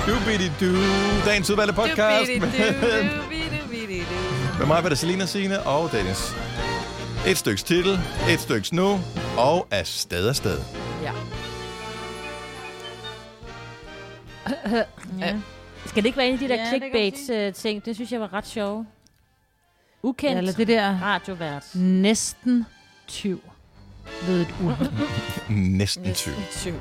Dagens udvalgte podcast med mig, hvad der Selina, Signe og Dennis. Et styks titel, et styks nu, og afsted. Ja. Ja. Skal det ikke være en af de der clickbait-ting? Det synes jeg var ret sjove. Ukendt eller det der radiovært. Næsten tyv ved et ur. Næsten 20.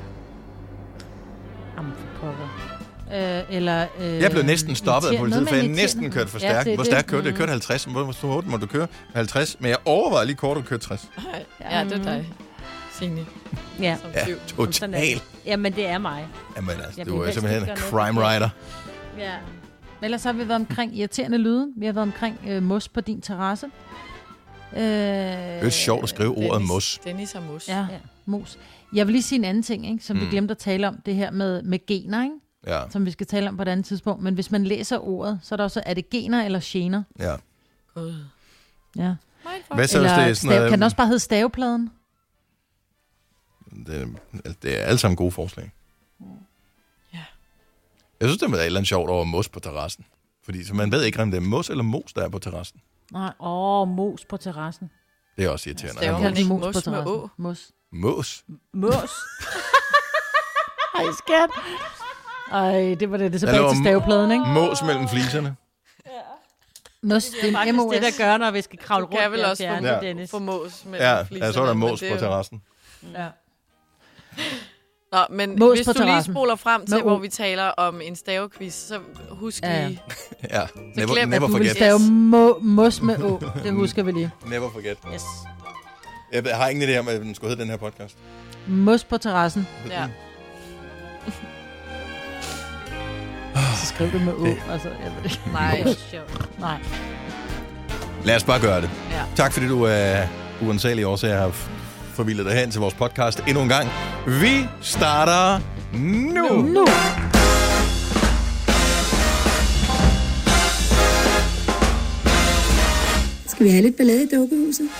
Jamen for pokker. Jeg blev næsten stoppet af politiet, for jeg næsten kørte for stærkt. Ja, hvor stærkt kørte jeg? Jeg kørte 50. Hvor hurtigt må du køre? 50. Men jeg overvejede lige kort at køre 60. Ja, det er dig, Signe. Ja. Ja, totalt. Jamen, det er mig. Jamen altså, Jeg du vil er helst simpelthen ikke en gøre noget crime writer. Ja. Ellers har vi været omkring irriterende lyde. Vi har været omkring mos på din terrasse. Det er sjovt at skrive ordet mos. Dennis og mos. Ja, mos. Jeg vil lige sige en anden ting, ikke, som vi glemte at tale om. Det her med gener, ikke? Ja. Som vi skal tale om på et andet tidspunkt. Men hvis man læser ordet, så er der også, er det gener eller gener? Ja. Ja. Hvad så, hvis det er sådan noget... Kan den også bare hedde stavepladen? Det er alle sammen gode forslag. Ja. Jeg synes, det er et eller andet sjovt over mos på terrassen. Fordi så man ved ikke, om det er mos eller mos, der er på terrassen. Nej. Mos på terrassen. Det er også irriterende. Staver man ikke mos med å? Mos. Mos? Mos. Ej, skat. Ej, det var det tilbage til stavepladen, ikke? Mos mellem fliserne. Mos, Det er faktisk det, der gør, når vi skal kravle rundt. kan vel også få mos med Ja, så er der mos på terrassen. Ja. Nå, men Mos hvis på du lige terrassen. spoler frem til, Med hvor O. vi taler om en stavequiz, så husk lige... Ja, glem, never Du vil forget. stave mos med å. Det husker vi lige. Never forget. Yes. Jeg har ingen idé om, at den skulle hedde den her podcast. Mos på terrassen. Ja. Så skriv det med å. Altså, jeg ved det ikke. Nej. Nej. Lad os bare gøre det. Ja. Tak fordi du af uansagelige årsager har forvildet dig hen til vores podcast endnu en gang. Vi starter nu. Skal vi have lidt ballade i dukkehuset?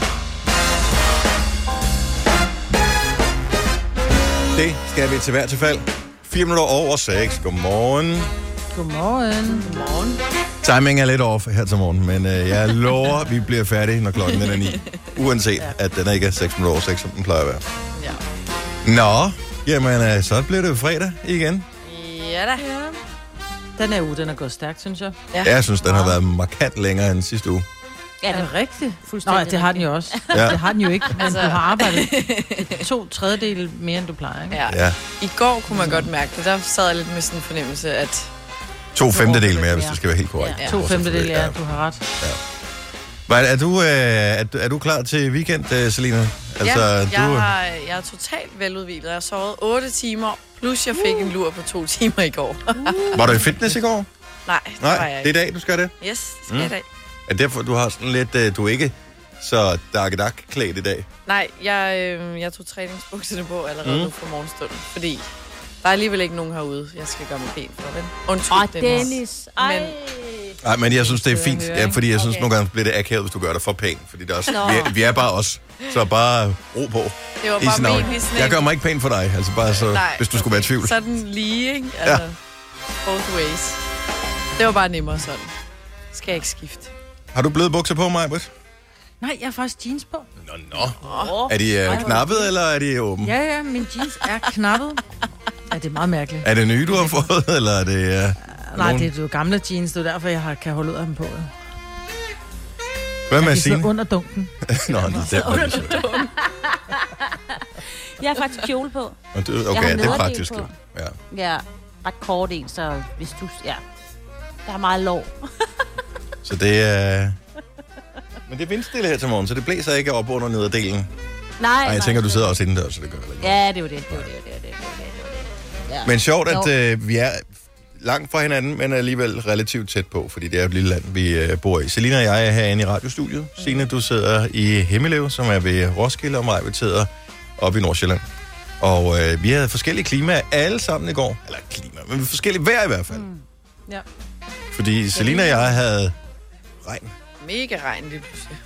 Det skal vi til hver tilfælde. 4 minutter over 6. Godmorgen. Godmorgen. Timing er lidt off her til morgen, men jeg lover, at vi bliver færdige, når klokken er 9. Uanset, at den ikke er 6 minutter over 6, som den plejer at være. Ja. Nå, jamen, så bliver det jo fredag igen. Ja da. Den her uge, den er gået stærkt, synes jeg. Ja. Jeg synes, den har været markant længere end sidste uge. Ja, Er det rigtigt? fuldstændig. Nej, det har den jo også. Ja. Det har den jo ikke, men Altså- du har arbejdet 2/3 mere, end du plejer, ikke? Ja. I går kunne man godt mærke det. Der sad jeg lidt med sådan en fornemmelse, at 2/5 mere, hvis du skal være helt korrekt. Ja. 2/5, ja, du har ret. Er du klar til weekend, Selina? altså, jeg er totalt veludhvilet. Jeg har sovet 8 timer, plus jeg fik en lur på 2 timer i går. Var du i fitness i går? Nej, det var jeg det er ikke. i dag, du skal det. Yes, det skal jeg i dag. Er det derfor, du har sådan lidt... Du er ikke så dark-klædt i dag? Nej, jeg tog træningsbukserne på allerede nu fra morgenstunden, fordi der er alligevel ikke nogen herude, jeg skal gøre mig pæn for, vel? Undskyld, Dennis. Ej. Men- Nej, men jeg synes, det er Det fint. vil jeg Ja, høre, fordi jeg synes, Okay. nogle gange bliver det akavet, hvis du gør det for pænt. Fordi det er også, vi er bare os. Så bare ro på. det var I sin bare navn. egentlig sådan Jeg gør mig ikke pæn for dig. Altså bare så, Nej, hvis du skulle være i tvivl. sådan lige, ikke? Altså, both ways. Det var bare nemmere sådan. Skal jeg ikke skifte. Har du bløde bukser på, Majbrit? Nej, jeg har faktisk jeans på. Nå. Er de knappet, eller er de åbne? Ja, min jeans er knappet. Ja, det er meget mærkeligt. Er det nye, du har fået, eller er det... Nej, det er jo gamle jeans, det er derfor, jeg kan holde ud af dem på. Hvad med De at sige? sidder under dunken. Nå, det er derfor. Jeg har faktisk kjole på. Okay, Jeg har det er nederdel praktisk. på. Jo. Ja. Ja, ret kort en, så hvis du... Ja, der er meget lov. Så det er... Men det er vindstille her til morgen, så det blæser ikke op under nederdelen. Nej, Nej, jeg tænker, du sidder også indendørs, så det gør ikke. Ja, det var det. Ja. Men sjovt, at vi er langt fra hinanden, men alligevel relativt tæt på, fordi det er et lille land, vi bor i. Selina og jeg er herinde i radiostudiet. Signe, du sidder i Himmelev, som er ved Roskilde, og mig, vi sidder oppe i Nordsjælland. Og vi havde forskellige klimaer alle sammen i går. Eller klima, men forskellige vejr i hvert fald. Ja. Fordi Selina og jeg havde regn. Mega regn lige pludselig.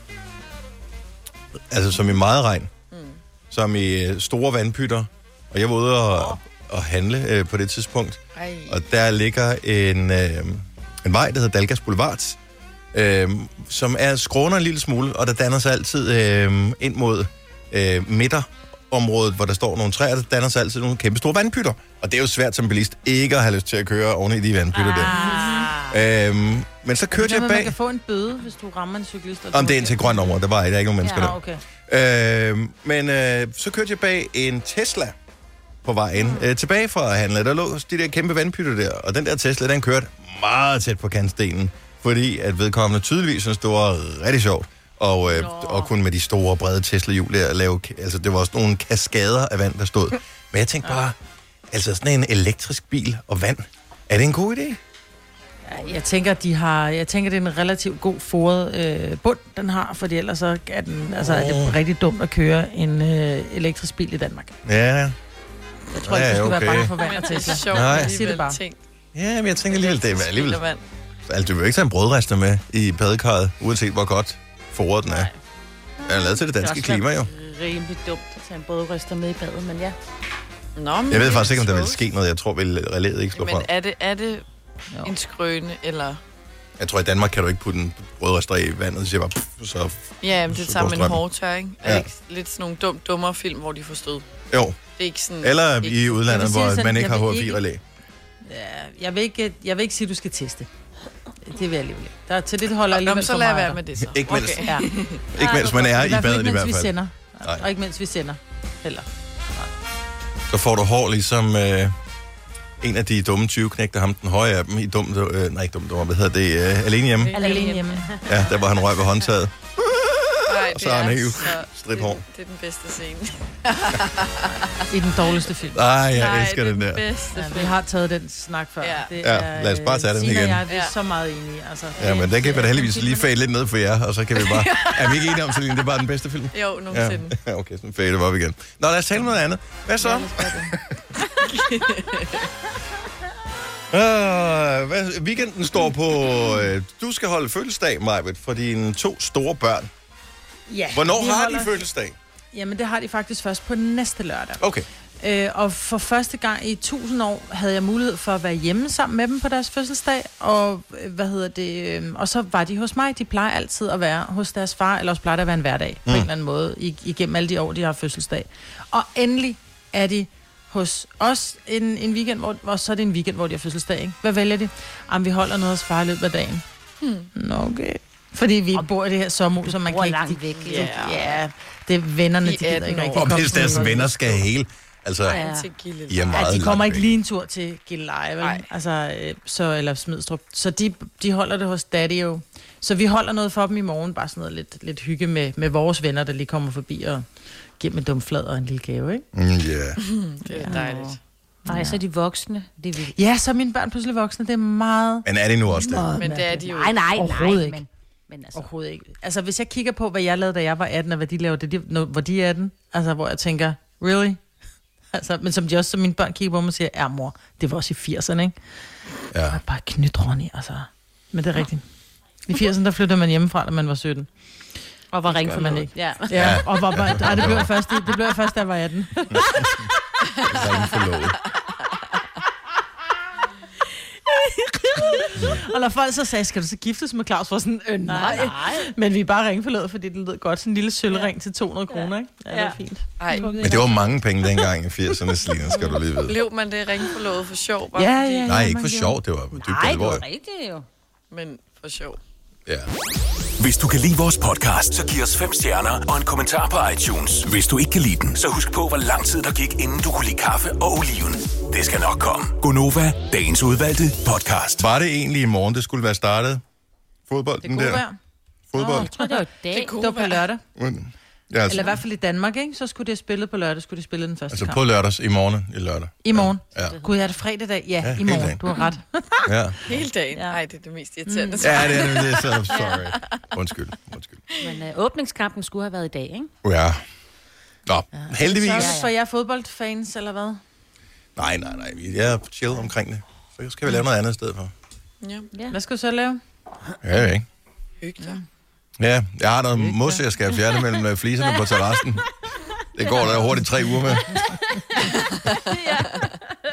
Altså som i meget regn. Som i store vandpytter. Og jeg var ude at handle på det tidspunkt. Og der ligger en vej, der hedder Dalgas Boulevard, som er skråner en lille smule, og der danner sig altid ind mod midterområdet, hvor der står nogle træer, der danner sig altid nogle kæmpe store vandpytter. Og det er jo svært som bilist ikke at have lyst til at køre oven i de vandpytter der. Men så kørte jeg bag... Man kan få en bøde, hvis du rammer en cyklist. Om det er ind til grønt område, der er ikke nogen mennesker der. Okay. Men så kørte jeg bag en Tesla på vejen tilbage fra handlet. Der lå de der kæmpe vandpytter der, og den der Tesla, den kørte meget tæt på kantstenen, fordi at vedkommende tydeligvis synes, det var rigtig sjovt. Og kun med de store, brede Tesla-hjul der lave... Altså, det var også nogle kaskader af vand, der stod. Men jeg tænkte bare, altså sådan en elektrisk bil og vand, er det en god idé? Jeg tænker, det er en relativt god foret bund, den har, fordi ellers så er den, altså, er det rigtig dumt at køre en elektrisk bil i Danmark. Ja. Jeg tror ikke, du skal være bange for vand og Tesla. Det er sjovt, jeg siger det bare. Ja, men jeg tænker alligevel, det er alligevel... Altså, du vil ikke tage en brødrester med i badekarret, uanset hvor godt foret den er. Den er lavet til det danske klima, jo. Det er rimelig dumt at tage en bådryster med i badet, men ja. Nå, men jeg ved faktisk ikke, om der vil ske noget. Jeg tror, vel relæet ikke slår frem. Men er det en skrøne, eller... Jeg tror, i Danmark kan du ikke putte en brødrester i vandet, så siger bare... Så ja, men det tager med en hårdtør, ikke? Er det ikke lidt sådan nogle dummere film, hvor de får stød? Jo. Det er ikke sådan... Eller i udlandet, hvor man ikke har HF4-relæ. Ja, jeg vil ikke sige, at du skal teste. Det vil jeg alligevel ikke. Der er til det holder alligevel så lad jeg være med det så. Ikke mens, ikke mens man er i badet i hvert fald. Vi sender. Og ikke mens vi sender heller. Så får du hår ligesom en af de dumme 20-knægter, ham den høje af dem, i Alene Hjemme. Alene Hjemme. Ja, der var han røg ved håndtaget. Nej, og så har han helt stridt hår. Det er den bedste scene. I den dårligste film. Nej, jeg elsker den der. Vi har taget den snak før. Lad os bare tage den igen. Jeg er så meget enig. Altså, ja, men den kan vi da heldigvis lige fade lidt ned for jer, og så kan vi bare... Er vi ikke enige om, Celine, det er bare den bedste film? Jo, nogensinde. Ja, okay, så fade det op igen. Nå, lad os tale om noget andet. Hvad så? Weekenden står på... du skal holde fødselsdag, Majbet, for dine 2 store børn. Ja. Hvornår har de fødselsdag? Jamen, det har de faktisk først på næste lørdag. Okay. Og for første gang i 1000 år havde jeg mulighed for at være hjemme sammen med dem på deres fødselsdag. Og og så var de hos mig. De plejer altid at være hos deres far, eller også plejer det at være en hverdag på en eller anden måde, igennem alle de år, de har fødselsdag. Og endelig er de hos os en weekend, hvor så er det en weekend, hvor de har fødselsdag, ikke? Hvad vælger de? Jamen, vi holder noget hos far i løbet af dagen. Nå, okay. Fordi vi bor i det her sommerhus, så man kan ikke... langt væk. Ja, det er vennerne, de gider ikke rigtig. Og hvis deres venner skal hele... Altså, I er meget de kommer ikke lige en tur til Gilleleje, vel? Altså, eller Smidstrup. Så de holder det hos Daddy-o. Så vi holder noget for dem i morgen, bare sådan noget lidt hygge med vores venner, der lige kommer forbi og giver med dumflad og en lille gave, ikke? Det er dejligt. Nej, så er de voksne. Det er vildt. Ja, så er mine børn pludselig voksne. Det er meget... Men er de nu også det? Men det er de jo. Nej, overhovedet ikke. Men altså. Overhovedet ikke. Altså, hvis jeg kigger på, hvad jeg lavede, da jeg var 18, og hvad de lavede, hvor de er 18, altså, hvor jeg tænker, really? Altså, men som mine børn kigger på mig og siger, ja, mor, det var også i 80'erne, ikke? Ja. Og bare knyt Ronny, altså. Men det er rigtigt. I 80'erne, der flyttede man hjemmefra, da man var 17. Og var ring for man ikke. Ja. Og var bare, det blev først, da jeg var 18. Ring forlovet. Og når folk så sagde, skal du så giftes med Claus, var sådan, nej. Men vi er bare ringforlået, fordi det lød godt. Sådan en lille sølvring til 200 kroner, ikke? Ja, det er fint. Ej. Men det var mange penge dengang i 80'erne, Selina, skal du lige vide. Blev man det ringforlovet for sjov? Ja. Nej, ikke for sjov, det var dybt alvorligt. Nej, det var rigtigt jo. Men for sjov. Ja. Hvis du kan lide vores podcast, så giv os 5 stjerner og en kommentar på iTunes. Hvis du ikke kan lide den, så husk på, hvor lang tid der gik, inden du kunne lide kaffe og oliven. Det skal nok komme. Gonova, dagens udvalgte podcast. Var det egentlig i morgen, det skulle være startet? Fodbolden det kunne der? Være. Fodbold? Jeg tror, det var dag. Det var på lørdag. Ja, altså, eller i hvert fald i Danmark, ikke? Så skulle de have spillet på lørdag, skulle de spille den første altså kamp. på lørdags, i morgen, i lørdag. I morgen? Ja. Gud, er det fredag dag? Ja, i morgen. Du har ret. Ja. Hele dagen? Nej, det er det mest irriterende. Ja, det er det, så sorry. Undskyld. Men åbningskampen skulle have været i dag, ikke? Ja. Nå, heldigvis. Så er jeg fodboldfans, eller hvad? Nej. Vi er chill omkring det. Så skal vi lave noget andet i stedet for. Ja. Hvad skal du så lave? Ja, ikke? Hygge dig. Ja, jeg har noget mos, jeg skal fjerne mellem fliserne på terrassen. Det går der hurtigt 3 uger med.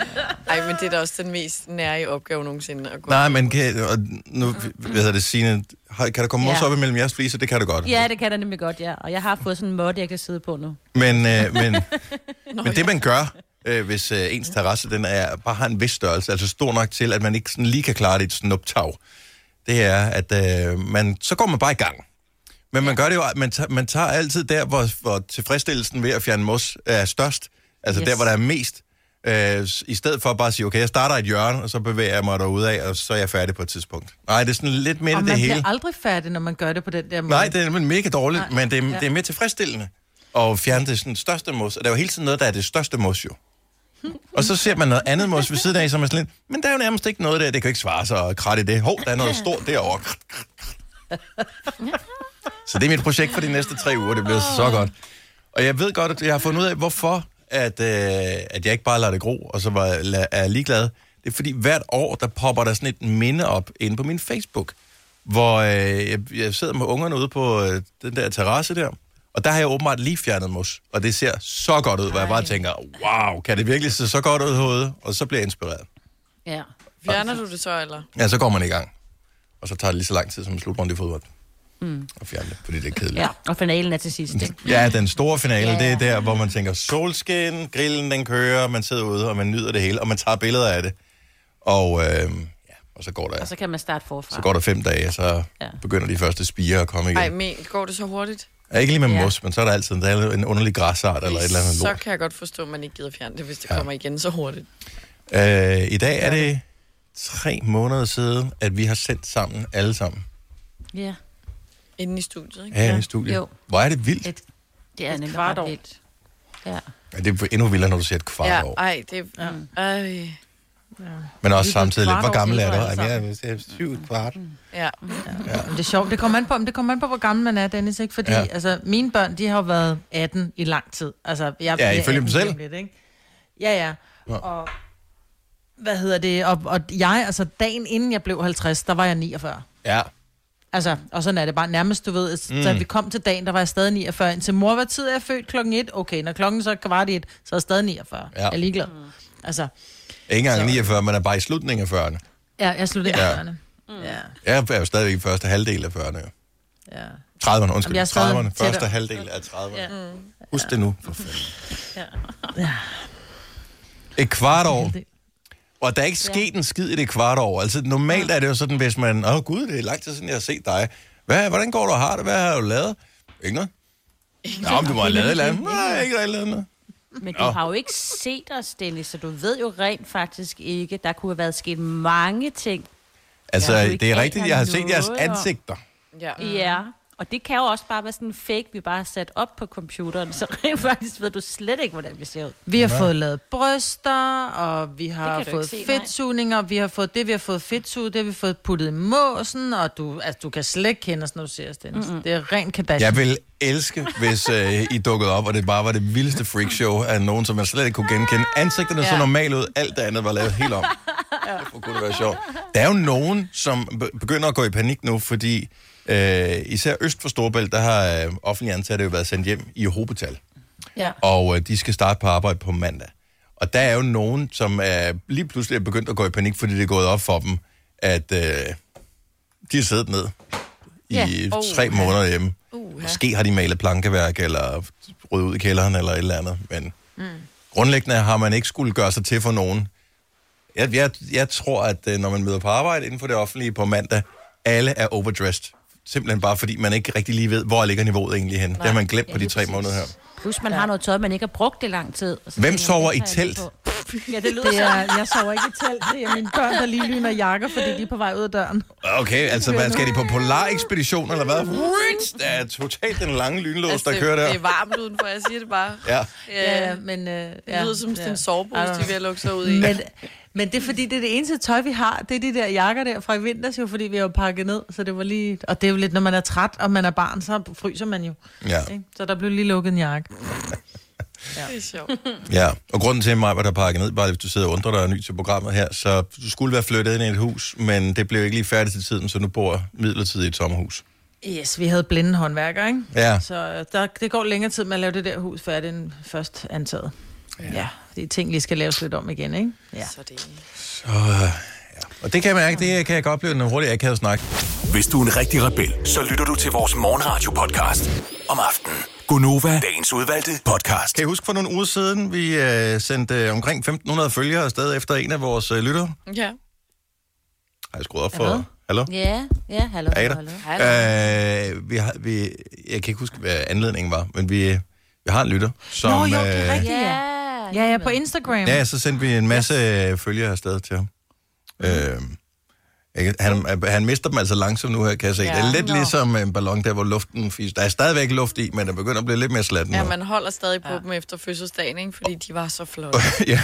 Ej, men det er da også den mest nære opgave nogensinde at gå. Nej, men nu ved det, Signe, kan der komme mos op imellem jeres fliser? Det kan det godt. Ja, det kan der nemlig godt, ja. Og jeg har fået sådan en måtte, jeg kan sidde på nu. Men det, man gør, hvis ens terrasse den bare har en vis størrelse, altså stor nok til, at man ikke sådan lige kan klare det i et snuptag, det er, at så går man bare i gang. Men man gør det jo, man tager altid der, hvor tilfredsstillelsen ved at fjerne mos er størst, altså der, hvor der er mest, i stedet for bare at sige, okay, jeg starter et hjørne, og så bevæger jeg mig derudad, og så er jeg færdig på et tidspunkt. Nej, det er sådan lidt mere det hele. Og man bliver aldrig færdig, når man gør det på den der måde. Nej, det er mega dårligt, men det er mere tilfredsstillende at fjerne det sådan største mos. Og der er jo hele tiden noget, der er det største mos jo. Og så ser man noget andet mos ved siden af, som er sådan lidt, men der er jo nærmest ikke noget der, det kan ikke svare sig og kratte i det. Der er noget stort derovre. Så det er mit projekt for de næste 3 uger, det bliver så godt. Og jeg ved godt, at jeg har fundet ud af, hvorfor at jeg ikke bare lader det gro, og så er jeg ligeglad. Det er fordi, hvert år, der popper der sådan et minde op inde på min Facebook, hvor jeg sidder med ungerne ude på den der terrasse der, og der har jeg åbenbart lige fjernet mos, og det ser så godt ud, hvor jeg bare tænker, wow, kan det virkelig se så godt ud i hovedet? Og så bliver jeg inspireret. Ja. Fjerner du det så, eller? Ja, så går man i gang. Og så tager det lige så lang tid som en slutrunde i fodbold. Og fjerne det, fordi det er kedeligt. Ja, og finalen er til sidst, ikke? Ja, den store finale, det er der, hvor man tænker, solskin, grillen den kører, man sidder ude, og man nyder det hele, og man tager billeder af det. Og, og så går der... Og så kan man starte forfra. Så går der 5 dage, og så begynder de første spirer at komme igen. Ej, men går det så hurtigt? Ja, ikke lige med mos, men så er der altid en underlig græsart eller et eller andet lort. Så kan jeg godt forstå, at man ikke gider fjerne det, hvis det kommer igen så hurtigt. I dag er det 3 måneder siden, at vi har sendt sammen alle sammen. Ja. Inden i studiet, ikke? Ja, inde i studiet. Jo. Hvor er det vildt. Det er nemlig ret vildt. Ja. Ja, det er endnu vildere, når du siger et kvart år. Ej, det er... Men også samtidig lidt, hvor gammel er du? Altså. Jeg er 7 kvart. Ja. Men det er sjovt. Det kommer an på, hvor gammel man er, Dennis, ikke? Fordi altså, mine børn, de har jo været 18 i lang tid. Altså, jeg ifølge dem selv. Lidt, ikke? Ja. Og hvad hedder det? Og jeg, altså dagen inden jeg blev 50, der var jeg 49. Ja. Altså, og sådan er det bare nærmest, du ved, da vi kom til dagen, der var jeg stadig 49. Indtil mor, hvad tid er jeg født? 1:00? Okay, når klokken så var det 1, så er jeg stadig 49. Ja. Jeg er ligeglad. Altså, ikke engang 49, man er bare i slutningen af 40'erne. Ja, jeg slutter i 40'erne. Ja. Jeg er jo stadigvæk i første halvdel af 40'erne. Ja. 30'erne, undskyld. Jeg er stadig 30'erne, første tættere. halvdel af 30'erne. Ja. Husk det nu, for fanden. Et kvart år. Og der er ikke sket en skid i det kvart år. Altså normalt er det jo sådan, hvis man... Gud, det er lang tid siden, jeg har set dig. Hvordan går du og har det? Hvad har du lavet? Ikke noget? Nå, men du må have lavet et eller andet. Nej, ikke rigtig lavet noget. Men du har jo ikke set os, Dennis, så du ved jo rent faktisk ikke. Der kunne have været sket mange ting. Altså, det er rigtigt, jeg har set jeres ansigter. Ja, og det kan jo også bare være sådan en fake, vi bare har sat op på computeren, så rent faktisk ved du slet ikke, hvordan vi ser ud. Vi har fået lavet bryster, og vi har fået fedtsugninger, vi har fået det, vi har fået fedtsuget, det har vi fået puttet i måsen, og du kan slet ikke kende os, når du ser os, Dennis. Det er rent Kardashian. Jeg vil elske, hvis I dukkede op, og det bare var det vildeste freakshow af nogen, som man slet ikke kunne genkende. Ansigterne så normalt ud, alt det andet var lavet helt om. Det kunne det være sjovt. Der er jo nogen, som begynder at gå i panik nu, fordi især øst for Storebælt, der har offentlige ansatte jo været sendt hjem i hobetal. Ja. Og de skal starte på arbejde på mandag. Og der er jo nogen, som lige pludselig er begyndt at gå i panik, fordi det er gået op for dem, at de har siddet ned i 3 måneder hjemme. Måske har de malet plankeværk, eller ryddet ud i kælderen, eller et eller andet. Men grundlæggende har man ikke skulle gøre sig til for nogen. Jeg tror, at når man møder på arbejde inden for det offentlige på mandag, alle er overdressed. Simpelthen bare fordi man ikke rigtig lige ved, hvor ligger niveauet egentlig hen. Det har man glemt på de 3 måneder her. Plus man har noget tøj, man ikke har brugt det lang tid. Hvem sover i telt? Ja, det lyder Jeg sover ikke i telt. Det er mine børn, der lige lyner jakker, fordi de er på vej ud af døren. Okay, altså hvad, skal de på polarekspedition, eller hvad? Der er totalt den lange lynlås, der kører der. Det er varmt udenfor, jeg siger det bare. Ja. Men... Det lyder som sådan en sovepose, de er ved at lukke sig ud i. Men det er fordi, det er det eneste tøj, vi har. Det er de der jakker der fra i vinters jo, fordi vi har jo pakket ned. Så det var lige... Og det er jo lidt, når man er træt, og man er barn, så fryser man jo. Ja. Så der blev lige lukket en jakke. Ja. Det er sjovt. Ja, og grunden til mig, at der pakket ned, bare hvis du sidder og undrer dig og ny til programmet her, så du skulle være flyttet ind i et hus, men det blev ikke lige færdigt til tiden, så nu bor midlertidigt i et sommerhus. Yes, vi havde blinde håndværkere, ikke? Ja. Så det går længere tid med at lave det der hus færdigt end først antaget. Ja, agtige ting lige skal laves lidt om igen, ikke? Ja. Så det Og det kan jeg mærke, det kan jeg godt blive en hurtig akavet snak. Hvis du er en rigtig rebel, så lytter du til vores morgenradio-podcast om aftenen. Gonova, dagens udvalgte podcast. Kan I huske for nogle uger siden, vi sendte omkring 1.500 følgere afsted efter en af vores lyttere? Ja. Har jeg skruet op for... Hallo? Ja, hallo. Jeg kan ikke huske, hvad anledningen var, men vi har en lytter, som... Nå, jo, det er rigtigt, Ja, ja, på Instagram. Ja, så sendte vi en masse følgere afsted til ham. Han mister dem altså langsomt nu her, kan jeg se. Det er lidt ligesom en ballon der, hvor luften fiser. Der er stadigvæk luft i, men den begynder at blive lidt mere slatten. Ja, man holder stadig på dem efter fødselsdagen, ikke? Fordi de var så flotte. Ja.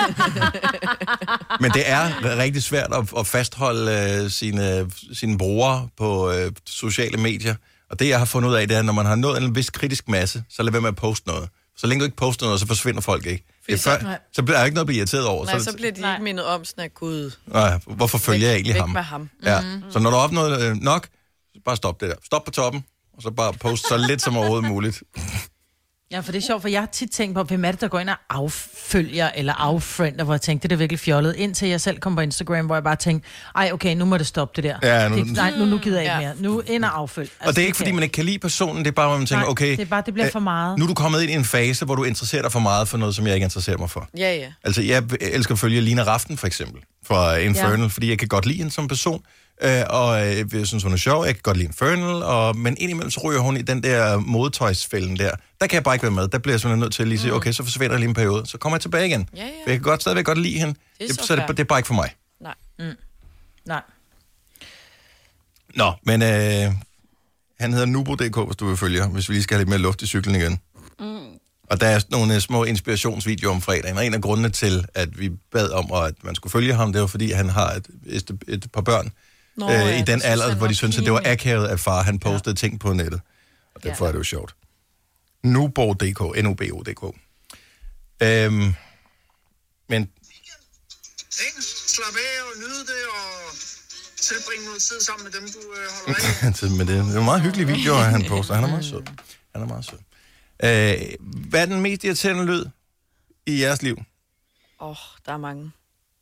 Men det er rigtig svært at fastholde sine brugere på sociale medier. Og det, jeg har fundet ud af, det er, at når man har nået en vis kritisk masse, så lad være med at poste noget. Så længe du ikke poster noget, så forsvinder folk ikke. Så bliver der ikke noget at blive irriteret over. Nej, så bliver de ikke mindet om sådan, at gud... Nej, hvorfor følger jeg egentlig ham? Med ham. Ja. Så når du har opnået nok, så bare stop det der. Stop på toppen, og så bare post så lidt som overhovedet muligt. Ja, for det er sjovt, for jeg har tit tænkt på, hvem er det, der går ind og affølger eller affriender, hvor jeg tænkte, det er virkelig fjollet, indtil jeg selv kom på Instagram, hvor jeg bare tænkte, ej, okay, nu må det stoppe det der. Ja, nu gider jeg ikke mere. Nu ind og affølg. Altså, og det er ikke, fordi man ikke kan lide personen, det er bare, hvor man tænker, okay... det er bare, det bliver for meget. Nu er du kommet ind i en fase, hvor du interesserer dig for meget for noget, som jeg ikke interesserer mig for. Ja. Altså, jeg elsker at følge Lina Raften, for eksempel, fra Infernal, fordi jeg kan godt lide hende som person. Og jeg synes, hun er sjov. Jeg kan godt lide Infernal, men indimellem så ryger hun i den der modetøjsfælden der. Der kan jeg bare ikke være med. Der bliver jeg simpelthen nødt til at lige sige, okay, så forsvinder jeg lige en periode. Så kommer jeg tilbage igen. Ja. For jeg kan stadigvæk godt lide hende. Det er bare ikke for mig. Nej. Nej. Nå, men han hedder Nubo.dk, hvis du vil følge ham, hvis vi lige skal have lidt mere luft i cyklen igen. Og der er nogle små inspirationsvideoer om fredagen, og en af grundene til, at vi bad om, at man skulle følge ham, det var fordi, han har et par børn i den alder, hvor de synes, at det var akavet, at far han postede ting på nettet. Og derfor er det jo sjovt. Nubo.dk, N-U-B-O.dk. Men... Slap af og nyde det, og tilbringe noget tid sammen med dem, du holder af. Men det er en meget hyggelig video, han poster. Han er meget sød. Hvad er den mest irriterende lyd i jeres liv? Der er mange.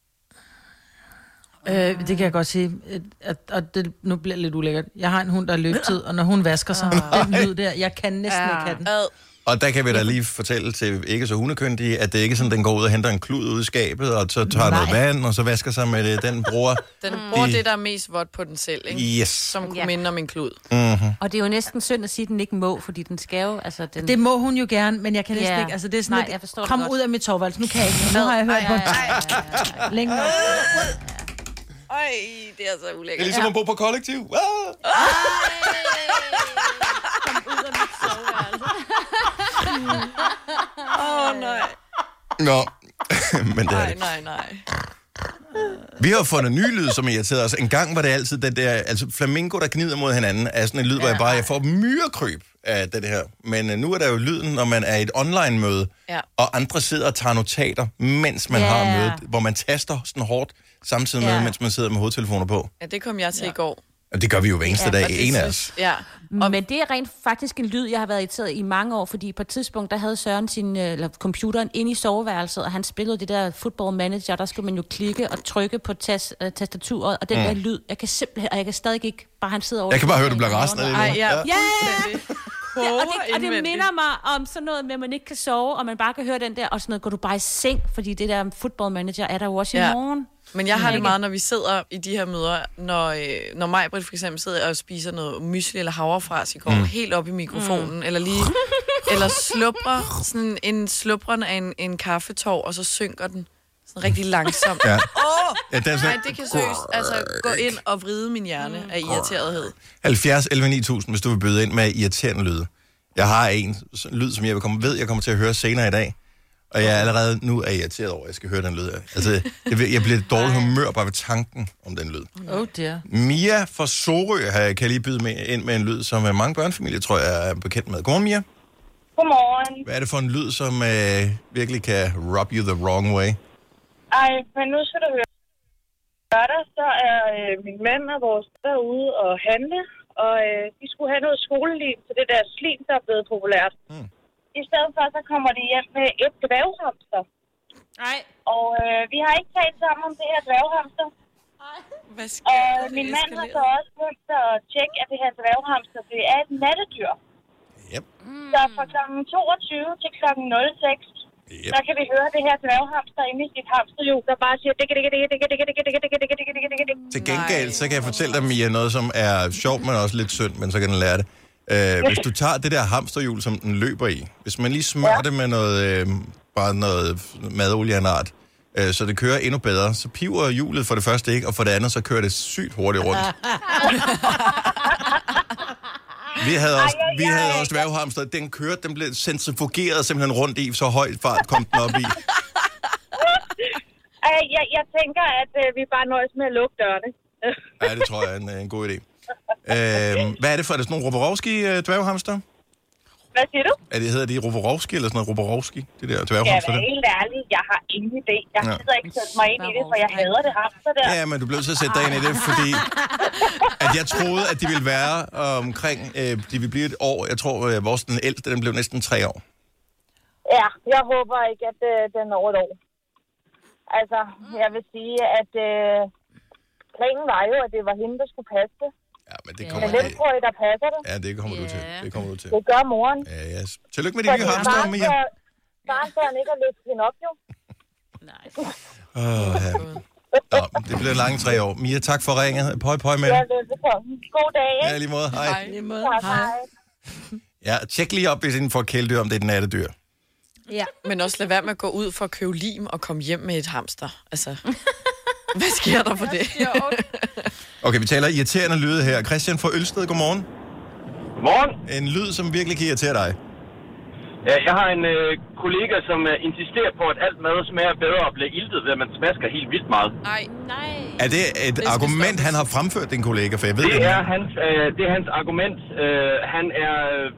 Det kan jeg godt sige. Og det nu bliver det lidt ulækkert. Jeg har en hund, der er løbetid, og når hun vasker sig, den lyd der, jeg kan næsten ikke have den. Og der kan vi da lige fortælle til ikke så hundekyndige, at det ikke er sådan, den går ud og henter en klud ud i skabet, og så tager noget vand, og så vasker sig med det. Den bruger det, der er mest vådt på den selv, ikke? Yes. Som kunne minde om en klud. Mm-hmm. Og det er jo næsten synd at sige, at den ikke må, fordi den skal jo... Altså, den... Det må hun jo gerne, men jeg kan næsten ikke... Altså, det er sådan lidt, kom ud af mit soveværelse, nu kan jeg ikke. Nu har jeg hørt på længe nok. Øj, det er så ulækkert. Det er ligesom at bo på kollektiv. Kom ud af mit soveværelse. Nej. Nå, men det er det. Nej. Vi har fundet nye lyd, som irriterer os. En gang var det altid den der, altså flamingo, der gnider mod hinanden, er sådan en lyd, hvor jeg får myrekryb af det her. Men nu er der jo lyden, når man er i et online-møde, og andre sidder og tager notater, mens man har mødet, hvor man taster sådan hårdt, samtidig med, mens man sidder med hovedtelefoner på. Ja, det kom jeg til i går. Og det gør vi jo hver eneste dag, en af os. Ja. Men det er rent faktisk en lyd, jeg har været irriteret i mange år, fordi på et tidspunkt, der havde Søren computeren inde i soveværelset, og han spillede det der Football Manager, der skulle man jo klikke og trykke på tastaturet, og den der lyd, jeg kan simpelthen, og jeg kan stadig ikke, bare han sidder over... Jeg kan bare høre, du bliver rasende af det. Og det minder mig om sådan noget med, at man ikke kan sove, og man bare kan høre den der, og sådan noget, går du bare i seng, fordi det der Football Manager er der jo også i morgen. Men jeg har det meget, når vi sidder i de her møder, når Maj-Brit for eksempel sidder og spiser noget mysli eller havrefras i går, helt op i mikrofonen, eller sluprer sådan en slupren af en kaffetår, og så synker den sådan rigtig langsomt. Nej, det kan seriøst gå ind og vride min hjerne af irriterethed. 70 11 9000, hvis du vil byde ind med irriterende lyde. Jeg har en lyd, som jeg kommer til at høre senere i dag. Og jeg er allerede nu irriteret over, at jeg skal høre den lyd. Altså, jeg bliver et dårligt humør bare ved tanken om den lyd. Dear. Mia fra Sorø kan lige byde ind med en lyd, som mange børnefamilier, tror jeg, er bekendt med. Godmorgen, Mia. Godmorgen. Hvad er det for en lyd, som virkelig kan rub you the wrong way? Men nu skal du høre. Lørdag, så er min mand og vores der ude og handle, og de skulle have noget skolelim til det der slim, der er blevet populært. I stedet for, så kommer de hjem med et dværghamster. Nej. Og vi har ikke talt sammen om det her dværghamster. Hvad sker der? Min mand har så også begyndt at tjekke, at det her dværghamster, det er et nattedyr. Yep. Så fra kl. 22 til kl. 06, der kan vi høre det her dværghamster inde i sit hamsterhjul, der bare siger... Til gengæld, så kan jeg fortælle dig, Mia, noget, som er sjovt, men også lidt synd, men så kan den lære det. Hvis du tager det der hamsterhjul, som den løber i, hvis man lige smører det med noget, bare noget madolie af en art, så det kører endnu bedre, så piver hjulet for det første ikke, og for det andet, så kører det sygt hurtigt rundt. Vi havde også dværghamster, den blev centrifugeret simpelthen rundt i, så højt fart kom den op i. Jeg tænker, at vi bare nøjes med at lukke dørene. Ja, det tror jeg er en god idé. Hvad er det for? Er det sådan nogle Roborovski-dværghamster? Hvad siger du? Hedder de Roborovski eller sådan noget Roborovski? Det der dværghamster der? Jeg er helt ærlig, jeg har ingen idé. Jeg gider ikke sætte mig ind i det, for jeg hader det hamster der. Ja, men du blev så sætte dig ind i det, fordi at jeg troede, at de ville være omkring, de ville blive et år. Jeg tror, vores den ældste, den blev næsten 3 år. Ja, jeg håber ikke, at den når et år. Altså, jeg vil sige, at planen var jo, at det var hende, der skulle passe det. Ja, men det kommer det. Men der passer det. Ja, det kommer du til. Det kommer du til. Det gør moren. Ja, yes. Tillykke med de nye hamster, Mia. Barn bør ikke at løfte hende op, jo. Nej. Ja. Nå, det bliver lange 3 år. Mia, tak for ringet. Pøj med. Ja, velbekomme. God dag, ikke? Ja, lige måde. Hej. Hej. Ja, tjek lige op, hvis I får kæledyr, om det er et nattedyr. Ja. Men også lad være med at gå ud for at købe lim og komme hjem med et hamster. Altså, hvad sker der for det? Okay, vi taler irriterende lyde her. Christian fra Ølsted, godmorgen. Godmorgen. En lyd, som virkelig kan irritere dig. Ja, jeg har en kollega, som insisterer på, at alt mad smager bedre og bliver iltet, ved at man smasker helt vildt meget. Nej. Er det et argument, han har fremført, din kollega? For jeg ved, det er hans argument. Han er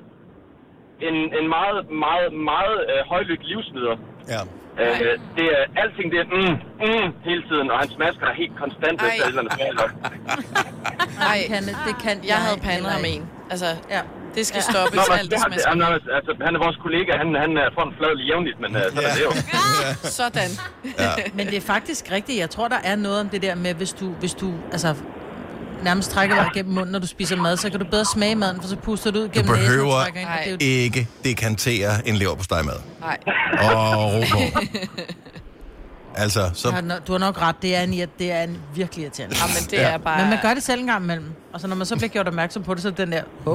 en meget, meget, meget højlydt livsnyder. Ja. Det er alting, det er hele tiden, og han smasker helt konstant efter et eller andet. Nej, det kan jeg havde pandet ham en. Altså, ja. Det skal stoppes, alt det smasker. Han er vores kollega, han får en flad jævnligt, men sådan er det jo. Sådan. Ja. Men det er faktisk rigtigt. Jeg tror, der er noget om det der med, hvis du altså, nærmest trækker dig gennem munden, når du spiser mad, så kan du bedre smage maden, for så puster du ud gennem næsen. Du behøver ikke dekantere en leverpostejmad. Nej. Og ro på. Altså, så... Du har nok ret, det er en virkelig irriterende. Ja, men det er bare... Men man gør det selv en gang imellem. Og så når man så bliver gjort opmærksom på det, så er den der... Ja.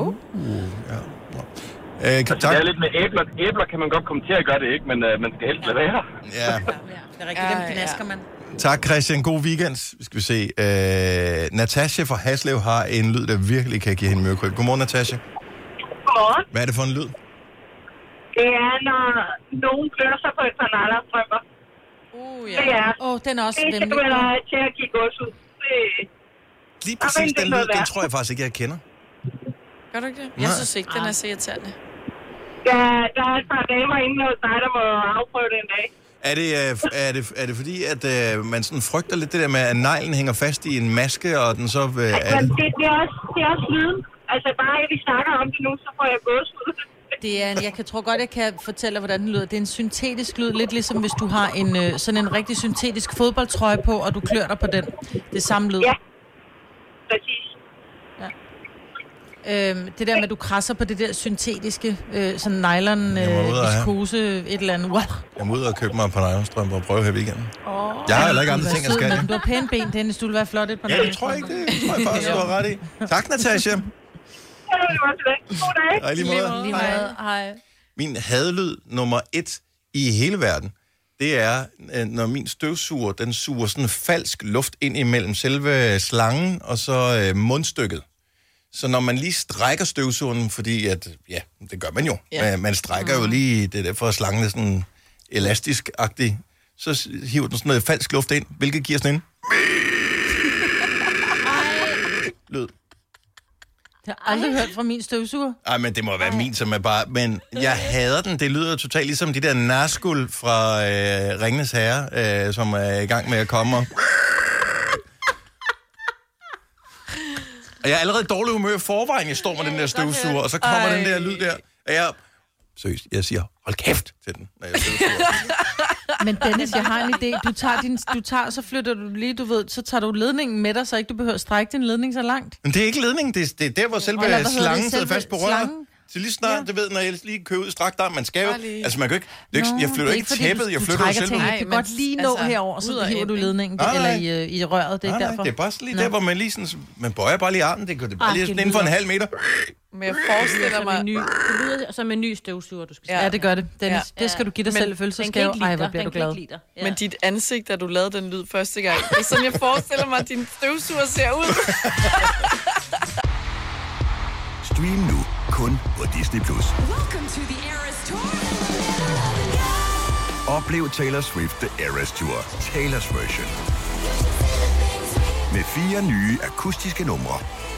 Det er lidt med æbler kan man godt komme til at gøre det, ikke? Men man skal helst lade være. Ja. Det er rigtigt, dem knasker man. Tak, Christian. God weekend. Skal vi se. Natasha fra Haslev har en lyd, der virkelig kan give hende mørkryb. Godmorgen, Natasha. Godmorgen. Hvad er det for en lyd? Det er, når nogen flytter sig på et par nallerstrømper. Ja. Det er. Den er også det skal man have til at give gods ud. Lige præcis den lyd, den tror jeg faktisk ikke, jeg kender. Gør du ikke det? Jeg synes ikke, den er så irriterende. Ja, der er et par damer inde hos dig, der må afprøve det en dag. Er det fordi, at man sådan frygter lidt det der med, at neglen hænger fast i en maske, og den så... Det er også lyden. Altså bare, at vi snakker om det nu, så får jeg gåsehud. Jeg tror godt, jeg kan fortælle, hvordan den lyder. Det er en syntetisk lyd, lidt ligesom hvis du har sådan en rigtig syntetisk fodboldtrøje på, og du klør dig på den. Det er samme lyd. Ja, præcis. Ja. Det der med, at du krasser på det der syntetiske, sådan nylon, viskose, et eller andet. Wow. Jeg må ud og købe mig et par nylonstrømper og prøve her i weekenden. Jeg har heller ikke andre ting, jeg skal. Men du har pæne ben, Dennis. Du vil være flot et par nylonstrømper. Ja, det tror jeg ikke. Det tror jeg faktisk, du har ret i. Tak, Natasha. God dag. Lige måde. Hej. Min hadlyd nummer 1 i hele verden, det er, når min støvsuger, den suger sådan falsk luft ind imellem selve slangen og så mundstykket. Så når man lige strækker støvsugeren, fordi at, ja, det gør man jo. Ja. Man strækker jo lige det der, for at slangen er sådan elastisk-agtig. Så hiver den sådan noget falsk luft ind, hvilket giver sådan en lyd. Jeg har aldrig hørt fra min støvsuger. Ej, men det må være min, som er bare... Men jeg hader den. Det lyder totalt ligesom de der Nazgul fra Ringenes Herre, som er i gang med at komme. Og jeg er allerede dårlig humør i forvejen. Jeg står med den der støvsuger, og så kommer den der lyd der. Og jeg... Seriøst, jeg siger, hold kæft til den, når jeg støvsuger. Men Dennis, jeg har en idé. Så flytter du lige, så tager du ledningen med dig, så ikke du behøver at strække din ledning så langt. Men det er ikke ledningen, det er der, hvor selve slangen sidder fast på røret. Så lige snart, du ved, når jeg lige kører ud i strakt arm, man skal jo... Altså, man kan ikke... jeg flytter ikke tæppet, jeg flytter jo selv. Jeg kan godt lige nå herover, så hiver du ledningen, eller i røret, det er ikke derfor. Det er bare lige der, hvor man lige sådan... Man bøjer bare lige armen, det er bare lige inden for en halv meter. Men jeg forestiller mig... Det lyder som en ny støvsuger, du skal Ja, det gør det. Dennis, det skal du give dig selv følelse, så skal jo... Ej, hvor bliver du glad. Men dit ansigt, da du lavede den lyd første gang, det er sådan, jeg forestiller mig, at din støvsuger ser ud. Stream nu kun på Disney+. Oplev Taylor Swift The Eras Tour, Taylor's version. Med 4 nye akustiske numre.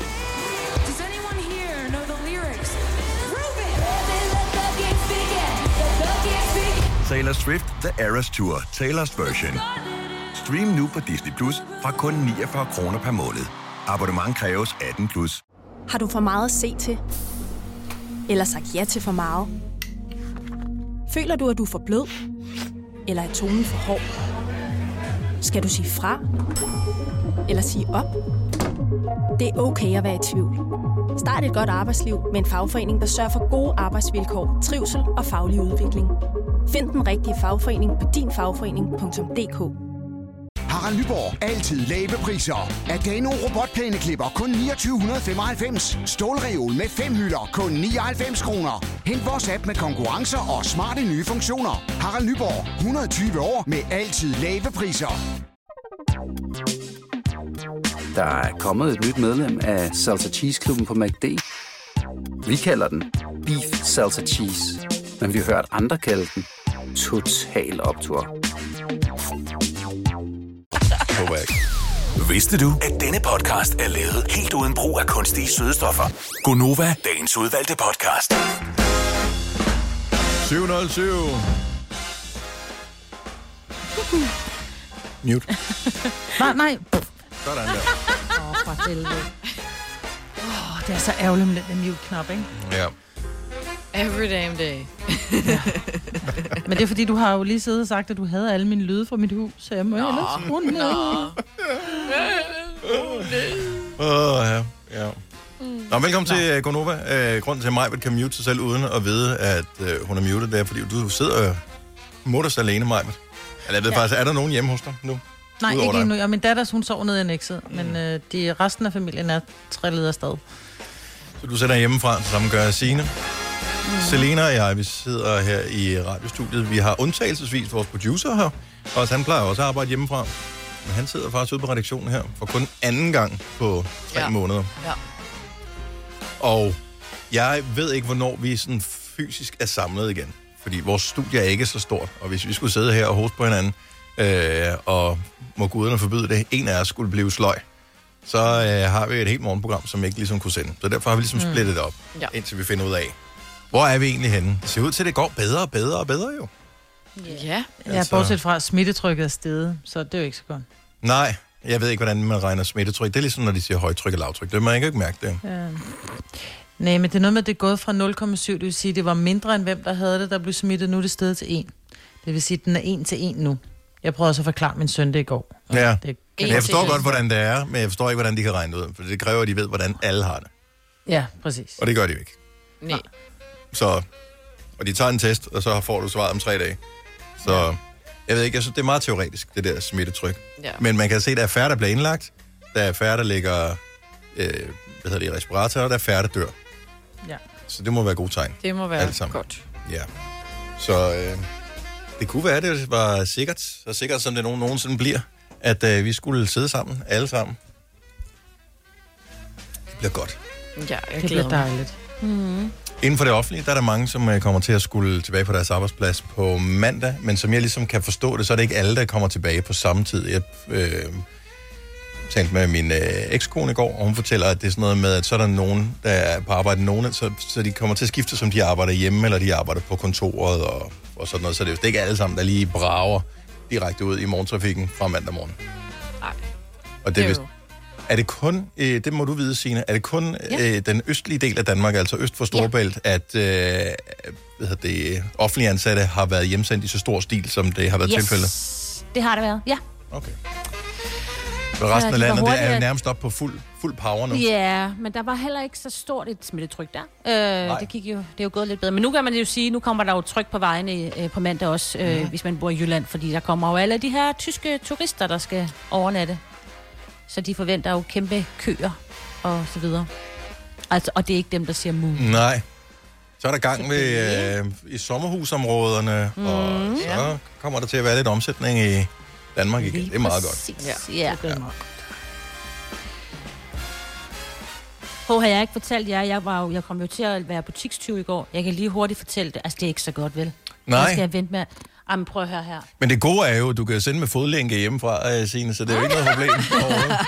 Taylor Swift The Eras Tour, Taylor's version. Stream nu på Disney+ fra kun 49 kroner per måned. Abonnement kræves 18+. Har du for meget at se til? Eller sagt ja til for meget? Føler du, at du er for blød? Eller er tonen for hård? Skal du sige fra? Eller sige op? Det er okay at være i tvivl. Start et godt arbejdsliv med en fagforening, der sørger for gode arbejdsvilkår, trivsel og faglig udvikling. Find den rigtige fagforening på dinfagforening.dk. Harald Nyborg. Altid lave priser. Adano robotplæneklipper kun 2995. Stålreol med 5 hylder kun 99 kroner. Hent vores app med konkurrencer og smarte nye funktioner. Harald Nyborg. 120 år med altid lave priser. Der er kommet et nyt medlem af Salsa Cheese Klubben på McD. Vi kalder den Beef Salsa Cheese, men vi har hørt andre kalde den Total Optur. Vidste du, at denne podcast er lavet helt uden brug af kunstige sødestoffer? Gonova, dagens udvalgte podcast. 707. Mute. Nej. Sådan der. For helvede. Det er så ærgerligt med den mute-knap, ikke? Ja. Every damn day. Men det er fordi, du har jo lige siddet og sagt, at du havde alle mine lyde fra mit hus, så jeg må ellers rundt ned. Ja. Nå, velkommen til Gonova. Grunden til, at Majbert kan mute sig selv uden at vide, at hun er muted, det er, fordi du sidder mutters alene, Majbert. Eller jeg ved faktisk, er der nogen hjemme hos dig nu? Nej, ikke endnu. Ja, min datter, hun sover nede i annekset, men resten af familien er trillet afsted. Så du sætter hjemmefra, så sammen gør Signe. Selena og jeg, vi sidder her i radiostudiet. Vi har undtagelsesvis vores producer her, og han plejer også at arbejde hjemmefra. Men han sidder faktisk ude på redaktionen her for kun anden gang på 3 måneder. Ja. Og jeg ved ikke, hvornår vi sådan fysisk er samlet igen. Fordi vores studie er ikke så stort, og hvis vi skulle sidde her og hoste på hinanden, og må guderne forbyde det, en af os skulle blive sløj, så har vi et helt morgenprogram, som ikke ligesom kunne sende. Så derfor har vi ligesom splittet det op, indtil vi finder ud af, hvor er vi egentlig henne. Det ser ud til, at det går bedre og bedre og bedre jo. Ja. Ja, bortset fra, at smittetrykket er steget, så det er jo ikke så godt. Nej, jeg ved ikke, hvordan man regner smittetryk. Det er ligesom, når de siger højtryk og lavtryk. Det man ikke mærke det. Ja. Nej, men det er noget med, at det er gået fra 0,7. Det vil sige, at det var mindre end hvem, der havde det, der blev smittet. Nu er det steget til 1. Det vil sige, at den er 1 til 1 nu. Jeg prøvede også at forklare min søn det i går. Ja, jeg forstår godt, hvordan det er, men jeg forstår ikke, hvordan de kan regne det ud. For det kræver, at de ved, hvordan alle har det. Ja, præcis. Og det gør de jo ikke. Nej. Så, og de tager en test, og så får du svaret om 3 dage. Så jeg ved ikke, jeg synes, det er meget teoretisk, det der smittetryk. Ja. Men man kan se, at der er færre, der bliver indlagt. Der er færre, der ligger i respirator, og der er færre, der dør. Ja. Så det må være gode tegn. Det må være godt. Ja. Så det kunne være, at det var sikkert, så sikkert som det nogensinde bliver, at vi skulle sidde sammen, alle sammen. Det bliver godt. Ja, det bliver dejligt. Mm-hmm. Inden for det offentlige, der er der mange, som kommer til at skulle tilbage på deres arbejdsplads på mandag, men som jeg ligesom kan forstå det, så er det ikke alle, der kommer tilbage på samme tid. Jeg talte med min ekskone i går, og hun fortæller, at det er sådan noget med, at så er der nogen, der er på arbejde, så de kommer til at skifte, som de arbejder hjemme, eller de arbejder på kontoret og sådan noget. Så det er jo ikke alle sammen, der lige brager direkte ud i morgentrafikken fra mandag morgen. Nej. Og det er vist Er det kun, det må du vide, Signe, er det kun den østlige del af Danmark, altså øst for Storebælt, at offentlige ansatte har været hjemsendt i så stor stil, som det har været tilfældet? Det har det været, ja. Okay. For resten af landet, det er jo nærmest op på fuld power nu. Ja, men der var heller ikke så stort et smittetryk der. Det er jo gået lidt bedre. Men nu kan man jo sige, nu kommer der jo tryk på vejene på mandag også, hvis man bor i Jylland, fordi der kommer jo alle de her tyske turister, der skal overnatte. Så de forventer jo kæmpe køer og så videre. Altså, og det er ikke dem, der siger mu. Nej. Så er der gang ved i sommerhusområderne, og så kommer der til at være lidt omsætning i Danmark igen. Det er meget godt. Ja. Det er meget godt. Har jeg ikke fortalt jer, jeg kom jo til at være butikstyv i går. Jeg kan lige hurtigt fortælle det. Altså, det er ikke så godt, vel? Nej. Jeg skal vente med. Jamen, prøv at høre her. Men det gode er jo, at du kan sende med fodlænke hjemmefra, Signe, så det er jo ikke noget problem overhovedet.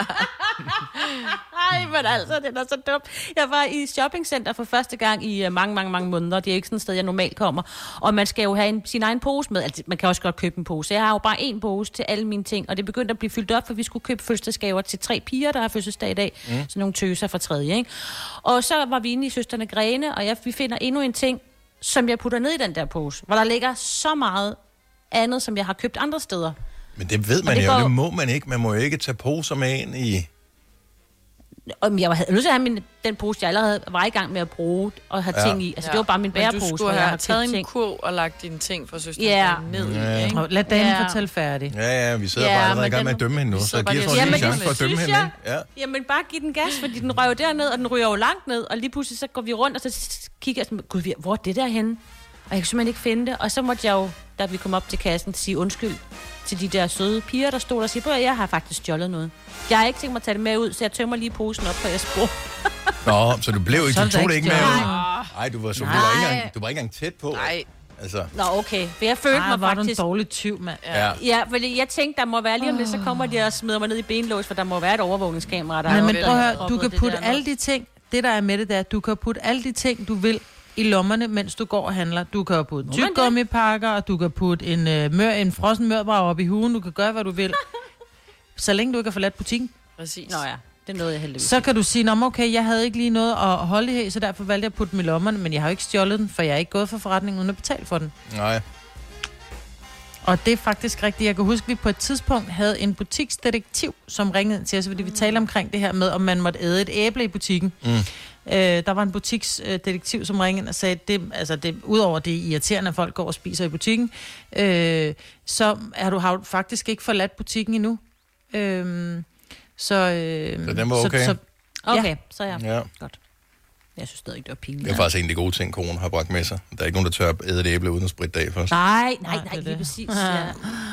Nej, men altså, det er så dumt. Jeg var i shoppingcenter for første gang i mange måneder. Det er ikke sådan et sted, jeg normalt kommer. Og man skal jo have sin egen pose med. Altså, man kan også godt købe en pose. Jeg har jo bare én pose til alle mine ting. Og det begyndte at blive fyldt op, for vi skulle købe fødselsdagsgaver til 3 piger, der har fødselsdag i dag. Sådan nogle tøser fra tredje, ikke? Og så var vi inde i Søsterne Grene, og vi finder endnu en ting, som jeg putter ned i den der pose, hvor der ligger så meget andet, som jeg har købt andre steder. Men det ved man jo, det må man ikke. Man må jo ikke tage poser med ind i... Jeg havde lyst til at have den pose, jeg allerede var i gang med at bruge og have ting i. Altså, det var bare min bærepose. Men du skulle have taget en kurv og lagt dine ting fra søsteren ned i, ikke? Lad damen fortælle færdig. Ja, vi sidder bare allerede i gang med at dømme hende nu, så giv os lige en chance for at dømme hende, ikke? Jamen, bare giv den gas, fordi den røg derned, og den ryger jo langt ned, og lige pludselig så går vi rundt, og så kigger jeg sådan, gud, hvor er det der henne? Og jeg kan simpelthen ikke finde det. Og så måtte jeg jo, da vi kom op til kassen, sige undskyld til de der søde piger, der stod og siger, jeg har faktisk stjålet noget. Jeg har ikke tænkt mig at tage det med ud, så jeg tømmer lige posen op på jeres bord. Nå, så du blev ikke, du tog det ikke med ud? Nej, du var ikke engang tæt på. Nej. Altså. Nå, okay. For jeg følte mig var faktisk... du en dårlig tyv, mand. Ja, fordi jeg tænkte, der må være lige om lidt, så kommer de og smider mig ned i benlås, for der må være et overvågningskamera, der men prøv at høre, du kan putte alle de ting, det der er med det der, du kan putte alle de ting, du vil i lommerne, mens du går og handler. Du kan putte tyggegummipakker, og du kan putte en frossen mørbrad op i hugen, du kan gøre, hvad du vil. Så længe du ikke har forladt butikken. Præcis. Nå ja, det nåede jeg heldigvis. Så kan du sige, okay, jeg havde ikke lige noget at holde i, så derfor valgte jeg at putte dem i lommerne, men jeg har jo ikke stjålet den, for jeg er ikke gået for forretningen uden at betale for den. Nej. Og det er faktisk rigtigt. Jeg kan huske, at vi på et tidspunkt havde en butiksdetektiv, som ringede til os, fordi vi talte omkring det her med, om man måtte æde et æble i butikken. Der var en butiksdetektiv, som ringede og sagde, det udover det irriterende, at folk går og spiser i butikken, så har du faktisk ikke forladt butikken endnu. Så den var okay? Okay, så ja. Godt. Jeg synes stadig ikke, det var pinligt. Det er faktisk en af de gode ting, corona har bragt med sig. Der er ikke nogen, der tør at æde et æble uden at spritte af først. Nej, lige præcis. Ja.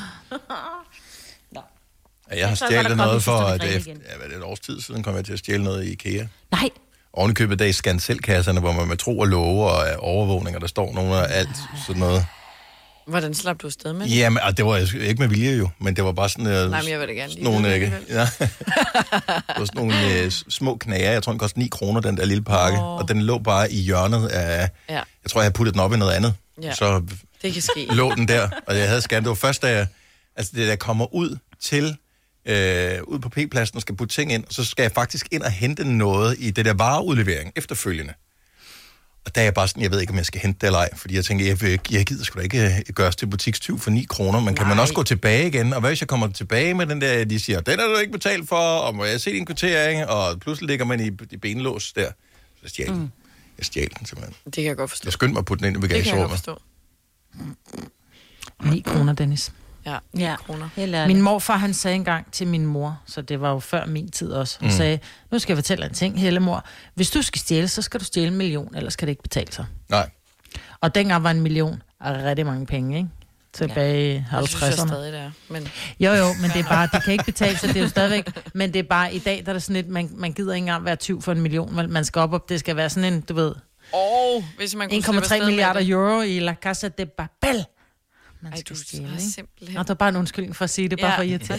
Jeg har stjælet noget for et års tid siden, kom jeg til at stjæle noget i IKEA. Nej. Ovenikøbet dag i scan-selv-kasserne, hvor man med tro og love og overvågninger, der står nogen og alt sådan noget. Hvordan slap du afsted med det? Jamen, det var ikke med vilje jo, men det var bare sådan... Nej, men jeg vil da gerne lige nogle, det var sådan nogle små knager. Jeg tror, den kostede 9 kroner, den der lille pakke. Og den lå bare i hjørnet af... Ja. Jeg tror, jeg havde puttet den op i noget andet. Ja. Så det kan ske. Lå den der, og jeg havde scannet. Det var først, da jeg... Altså, det der kommer ud til... ud på P-pladsen og skal putte ting ind, og så skal jeg faktisk ind og hente noget i det der vareudlevering efterfølgende. Og der er jeg bare sådan, jeg ved ikke, om jeg skal hente det eller ej, fordi jeg tænker, jeg gider sgu da ikke gøres til butikstyv for 9 kroner, men kan man også gå tilbage igen? Og hvad hvis jeg kommer tilbage med den der, de siger, den er du ikke betalt for, og må jeg se din kvittering, og pludselig ligger man i benlås der. Så stjal den. Jeg stjal den simpelthen. Det kan jeg godt forstå. Jeg skyndte mig at putte den ind i bagagerummet. Det kan jeg godt forstå. 9 kroner, Dennis. Ja, 9 kroner. Min morfar, han sagde engang til min mor, så det var jo før min tid også, han sagde, nu skal jeg fortælle en ting, Hellemor. Hvis du skal stjæle, så skal du stjæle 1 million, ellers skal det ikke betale sig. Nej. Og dengang var 1 million rigtig mange penge, ikke? Tilbage i 50'erne. Det synes jeg stadig, det er. Men... Jo, men det er bare, det kan ikke betale sig, det er jo stadigvæk, men det er bare i dag, der er det sådan lidt, man gider ikke engang være tyv for 1 million, man skal op, det skal være sådan en, du ved, hvis man kunne 1,3 milliarder euro i La Casa de Papel. Man skal stjæle, ikke? Simpelthen. Og der er bare en undskyldning for at sige det, bare for at irritere.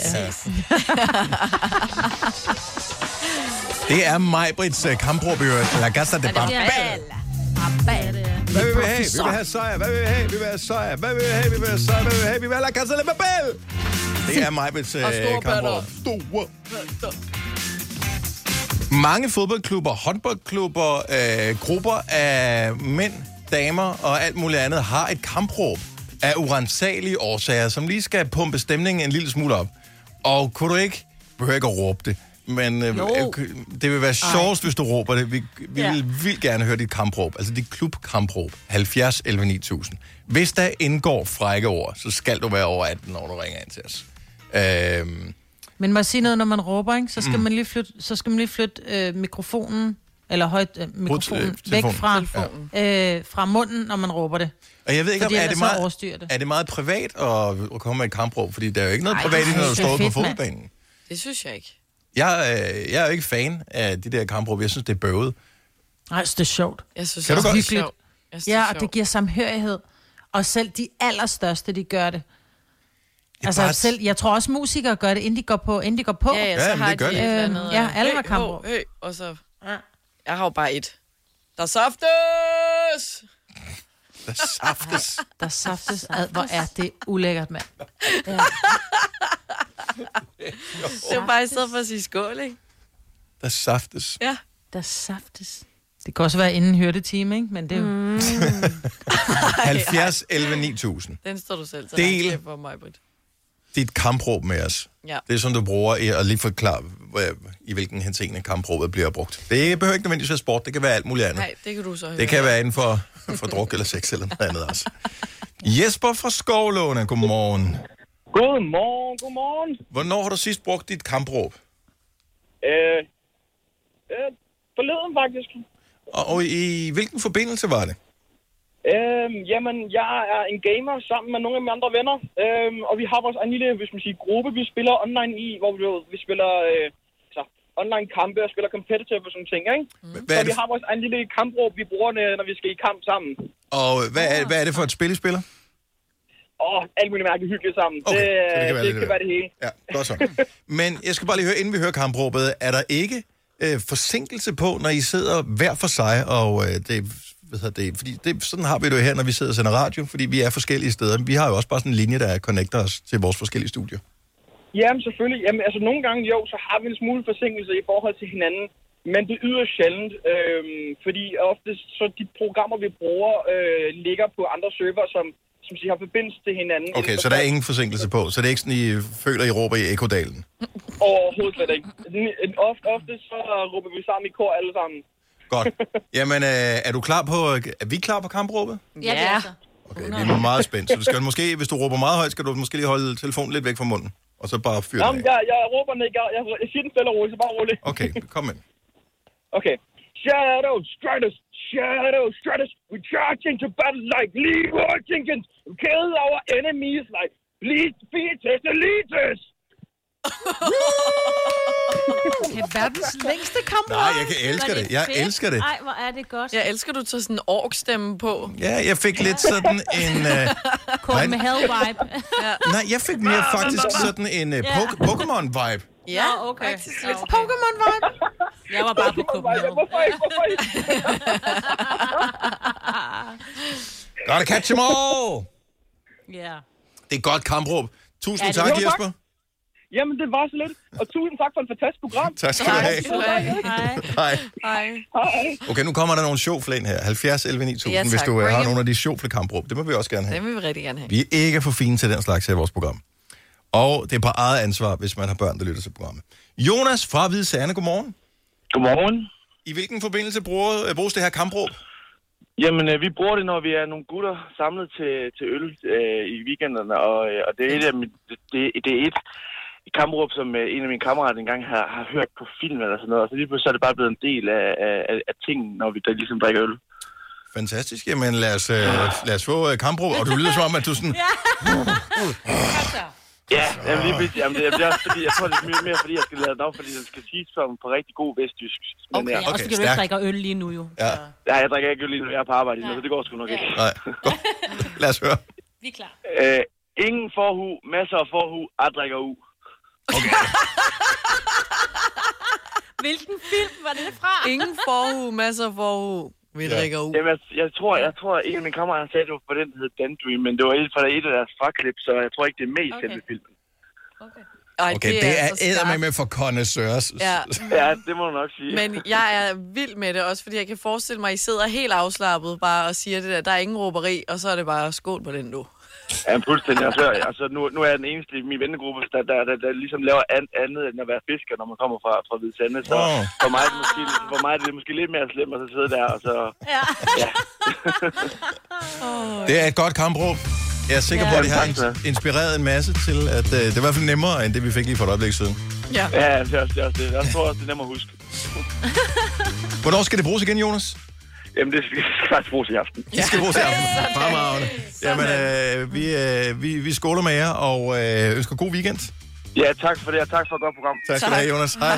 Det er Maj-Brits kampråb i øvrigt. La Casa de Papel. Hvad vil vi have? Vi vil have sejr. Hvad vil vi have? Vi vil have sejr. Hvad vil vi have? Vi vil have sejr. Hvad vil vi have? Vi vil have La Casa de Papel. Det er Maj-Brits kampråb. Mange fodboldklubber, håndboldklubber, grupper af mænd, damer og alt muligt andet har et kampråb af uransagelige årsager, som lige skal pumpe stemningen en lille smule op. Og kunne du ikke, behøver ikke at råbe det, men det vil være sjovest, hvis du råber det. Vi vil vildt gerne høre dit kampråb, altså dit klubkampråb. 70 11 9000. Hvis der indgår frække ord, så skal du være over 18, når du ringer ind til os. Men må jeg sige noget, når man råber, ikke? Så skal man lige flytte mikrofonen, eller mikrofonen væk fra munden, når man råber det. Og jeg ved ikke, er det meget privat at komme med et kampråb? Fordi der er jo ikke noget privat, når du står på fodboldbanen. Det synes jeg ikke. Jeg er jo ikke fan af de der kampråb. Jeg synes, det er bøvet. Nej, det er sjovt. Jeg synes, det er hyggeligt. Ja, og det giver samhørighed. Og selv de allerstørste, de gør det. Altså selv, jeg tror også musikere gør det, inden de går på. Ja, så har de et eller andet. Ja, alle har kampråb. Og så... Jeg har jo bare et. Der saftes! Der saftes. Hvor er det ulækkert, mand. Ja. Det var bare i stedet for at sige skål, ikke? Der saftes. Ja. Der saftes. Det kan også være inden hyrdetime, ikke? Men det er jo... 70 11 9000. Den står du selv til. Del for mig, Britt. Dit kampråb med os. Ja. Det er som du bruger i at lige forklare, i hvilken henseende kampråbet bliver brugt. Det behøver ikke nødvendigvis være sport, det kan være alt muligt andet. Nej, det kan du så høre. Det kan være inden for druk eller sex eller noget andet også. Jesper fra Skovlåne, godmorgen. Godmorgen. Hvornår har du sidst brugt dit kampråb? Forleden faktisk. Og i hvilken forbindelse var det? Jamen, jeg er en gamer sammen med nogle af mine andre venner, og vi har vores en lille, hvis man siger, gruppe, vi spiller online i, hvor vi spiller online kampe og spiller competitive og sådan ting, ikke? Så vi har vores en lille kampråb, vi bruger, når vi skal i kamp sammen. Og hvad er det for et spil, I spiller? Alt muligt mærkeligt hyggeligt sammen. Okay, det kan være det hele. Ja, godt så. Men jeg skal bare lige høre, inden vi hører kampråbet, er der ikke forsinkelse på, når I sidder hver for sig, og sådan har vi det jo her, når vi sidder og sender radio, fordi vi er forskellige steder. Vi har jo også bare sådan en linje, der connecter os til vores forskellige studier. Jamen, selvfølgelig. Jamen, altså, nogle gange så har vi en smule forsinkelse i forhold til hinanden, men det yder sjældent, fordi ofte så de programmer, vi bruger, ligger på andre server, som de har forbindelse til hinanden. Okay, så der er ingen forsinkelse på, så det er ikke sådan, I føler, I råber i Ekodalen? Overhovedet slet ikke. Ofte så råber vi sammen i kor alle sammen. Godt. Jamen, er vi klar på kampråbet? Ja, det er så. Okay, vi er meget spændt. Så du skal måske, hvis du råber meget højt, skal du måske lige holde telefonen lidt væk fra munden. Og så bare fyre den af. Jeg råber den ikke. Jeg siger den stille og roligt, så bare roligt. Okay, kom med. Okay. Shadow Stratus, we charge into battle like Leroy Jenkins. We kill our enemies like fetus elites. Det er verdens længste kampråb. Nej, jeg elsker det. Jeg elsker det. Ej, hvor er det godt. Jeg elsker, du tager sådan en ork-stemme på. Ja, jeg fik lidt sådan en... Call me hell vibe. Nej, jeg fik mere faktisk sådan en Pokémon-vibe. Ja, okay. Pokémon-vibe. Jeg var bare på Copenhagen. Hvorfor ikke? Gotta catch them all! Ja. Det er godt kampråb. Tusind tak, Jesper. Jamen, det var så lidt. Og tusind tak for et fantastisk program. Tak skal du have. Hej. Okay, nu kommer der nogle sjovfle ind her. 70 11 9000, hvis du har nogle af de sjovfle kampråb. Det må vi også gerne have. Det vil vi rigtig gerne have. Vi er ikke for fine til den slags her i vores program. Og det er på eget ansvar, hvis man har børn, der lytter til programmet. Jonas fra Hvide Sande, godmorgen. Godmorgen. I hvilken forbindelse bruges det her kampråb? Jamen, vi bruger det, når vi er nogle gutter samlet til øl i weekenderne, og det er et kampråb, som en af mine kammerater engang har hørt på film eller sådan noget, og så lige pludselig er det bare blevet en del af tingen, når vi ligesom drikker øl. Fantastisk. Jamen, lad os få kampråb, og du lyder som om, at du sådan... Ja, jamen, det er også fordi, jeg tror, det er mere, fordi jeg skal lade den op, fordi den skal siges på rigtig god vestjysk. Okay, og så skal du ikke drikke øl lige nu, jo. Ja, jeg drikker ikke øl lige nu, jeg er på arbejde, så det går sgu nok ikke. Nej, godt. Lad os høre. Vi er klar. Ingen forhu, masser af forhu, jeg drikker u. Okay. Hvilken film var det fra? Ingen forhu, masser af forhu. Vi drikker u. Jamen, jeg tror, en af mine kammerater sagde, at det var på den, der hed Dan Dream, men det var fra et af deres fraklip, så jeg tror ikke, det er med i selve filmen. Okay. Ej, Okay, det er altså skarpt. eddermame for connoisseurs. Ja. Ja, det må du nok sige. Men jeg er vild med det, også fordi jeg kan forestille mig, at I sidder helt afslappet bare og siger det der. Der er ingen råberi, og så er det bare skål på den nu. Ja, fuldstændig. Altså, nu er jeg den eneste i min vennegruppe, der ligesom laver andet end at være fisker, når man kommer fra Hvide Sande. Så for mig er det måske lidt mere slemt at så sidde der, og så... Ja. Det er et godt kampråb. Jeg er sikker på, at de har inspireret en masse til, at det er i hvert fald nemmere, end det vi fik lige for et øjeblik siden. Ja, det er også det. Jeg tror også, det er nemmere at huske. Hvornår skal det bruges igen, Jonas? Jamen, det skal faktisk bruges i aften. Det skal bruges i aften. Fremragende. Jamen, vi skåler med jer, og ønsker god weekend. Ja, tak for det, og tak for et godt program. Tak skal du have, Jonas. Hej.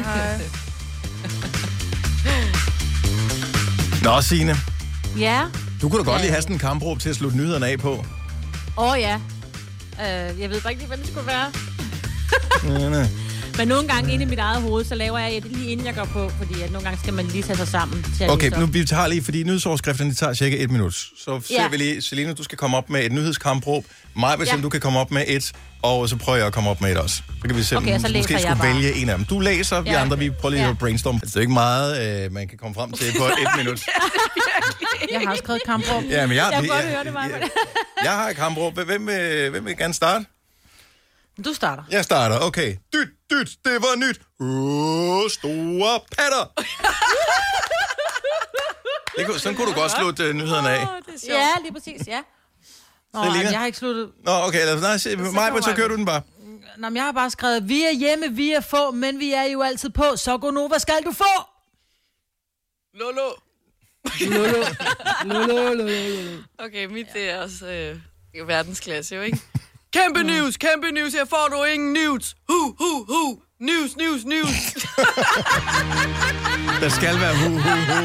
Nå, Signe. Ja? Du kunne da godt lige have sådan en kampråb til at slutte nyhederne af på. Ja. Jeg ved bare ikke, hvad det skulle være. Nej. Men nogle gange inde i mit eget hoved, så laver jeg det lige inden jeg går på, fordi at nogle gange skal man lige tage sig sammen. Til Okay, nu vi tager lige, fordi nyhedsoverskrifterne de tager cirka 1 minut. Så ser vi lige, Selina, du skal komme op med et nyhedskamprop. Maja, hvis du kan komme op med et, og så prøver jeg at komme op med et også. Så kan vi se, okay, så måske skulle vælge en af dem. Du læser, vi andre, vi prøver lige at brainstorme. Det er ikke meget, man kan komme frem til på 1 minut. Jeg har skrevet kampråb. Ja, men jeg godt høre det, Maja. Jeg har et kampråb. Hvem vil gerne starte? Du starter. Jeg starter, okay. Dyt, det var nyt. Store patter. Sådan kunne du godt slutte nyhederne af. Ja, lige præcis, ja. Jeg har ikke sluttet. Nå, okay. Maja, så kører du den bare. Nå, men jeg har bare skrevet, vi er hjemme, vi er få, men vi er jo altid på. Så gå nu, hvad skal du få? Lolo. Lolo. Okay, mit det er også verdensklasse, jo, ikke? Kæmpe news, her får du ingen news. News. Der skal være hu.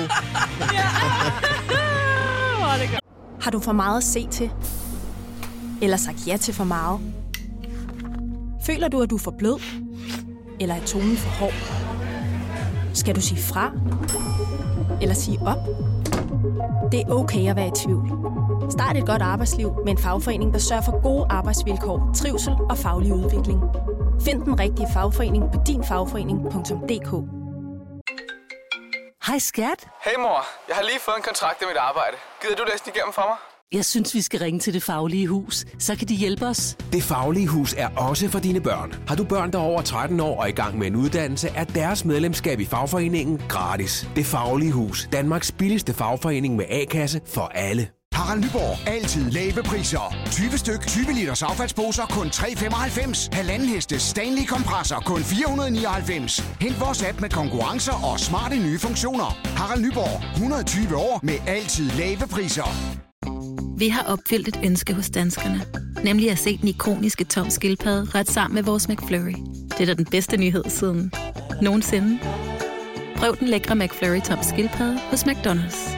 Har du for meget at se til? Eller sagt ja til for meget? Føler du, at du er for blød? Eller er tonen for hård? Skal du sige fra? Eller sige op? Det er okay at være i tvivl. Start et godt arbejdsliv med en fagforening, der sørger for gode arbejdsvilkår, trivsel og faglig udvikling. Find den rigtige fagforening på dinfagforening.dk. Hej skat. Hey mor, jeg har lige fået en kontrakt i mit arbejde. Gider du læse den igennem for mig? Jeg synes, vi skal ringe til Det Faglige Hus. Så kan de hjælpe os. Det Faglige Hus er også for dine børn. Har du børn, der er over 13 år og i gang med en uddannelse, er deres medlemskab i fagforeningen gratis. Det Faglige Hus. Danmarks billigste fagforening med A-kasse for alle. Harald Nyborg. Altid lave priser. 20 styk, 20 liters affaldsposer kun 3,95. Halvanden heste Stanley kompresser kun 499. Hent vores app med konkurrencer og smarte nye funktioner. Harald Nyborg. 120 år med altid lave priser. Vi har opfyldt et ønske hos danskerne. Nemlig at se den ikoniske Tom Skildpadde ret sammen med vores McFlurry. Det er da den bedste nyhed siden nogensinde. Prøv den lækre McFlurry Tom Skildpadde hos McDonald's.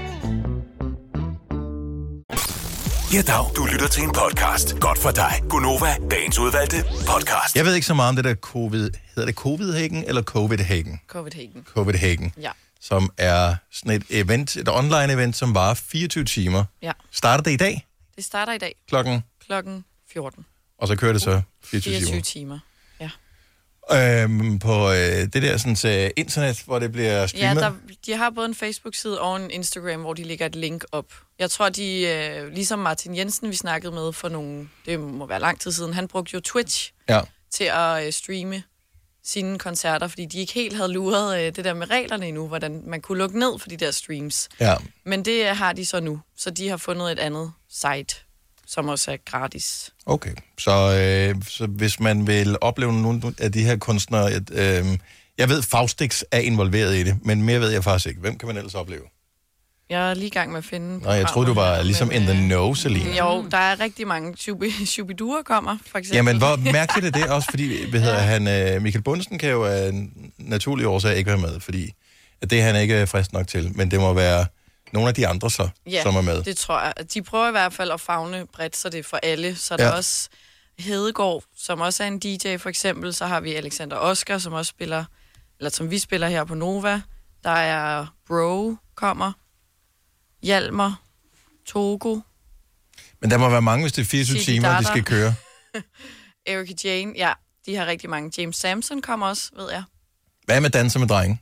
Ja, dag. Du lytter til en podcast. Godt for dig. Gonova, dagens udvalgte podcast. Jeg ved ikke så meget om det der covid. Hedder det Copenhagen eller Copenhagen? Copenhagen. Ja. Som er sådan et event, et online event, som varer 24 timer. Ja. Starter det i dag? Det starter i dag. Klokken 14. Og så kører det så 24 timer. Ja. På det der sådan, internet, hvor det bliver streamet? Ja, de har både en Facebook-side og en Instagram, hvor de lægger et link op. Jeg tror, de, ligesom Martin Jensen, vi snakkede med for det må være lang tid siden, han brugte jo Twitch til at streame sine koncerter, fordi de ikke helt havde luret det der med reglerne endnu, hvordan man kunne lukke ned for de der streams. Ja. Men det har de så nu, så de har fundet et andet site, som også er gratis. Okay, så hvis man vil opleve nogle af de her kunstnere, jeg ved, Faustix er involveret i det, men mere ved jeg faktisk ikke. Hvem kan man ellers opleve? Jeg er lige i gang med at finde... Nå, jeg troede, du var ligesom in the know, Selina. Jo, der er rigtig mange. Shubiduer kommer, for eksempel. Jamen, hvor mærkeligt er det også, fordi Michael Bundesen kan jo af en naturlig årsag ikke være med, fordi det er han ikke frisk nok til, men det må være nogle af de andre så, som er med. Det tror jeg. De prøver i hvert fald at favne bredt, så det er for alle. Så der er også Hedegaard, som også er en DJ for eksempel. Så har vi Alexander Oscar, som også spiller, eller som vi spiller her på Nova. Der er Bro kommer. Hjalmar, Togo. Men der må være mange, hvis det er 24 timer, de skal køre. Erika Jane, ja. De har rigtig mange. James Samson kommer også, ved jeg. Hvad med danser med drenge?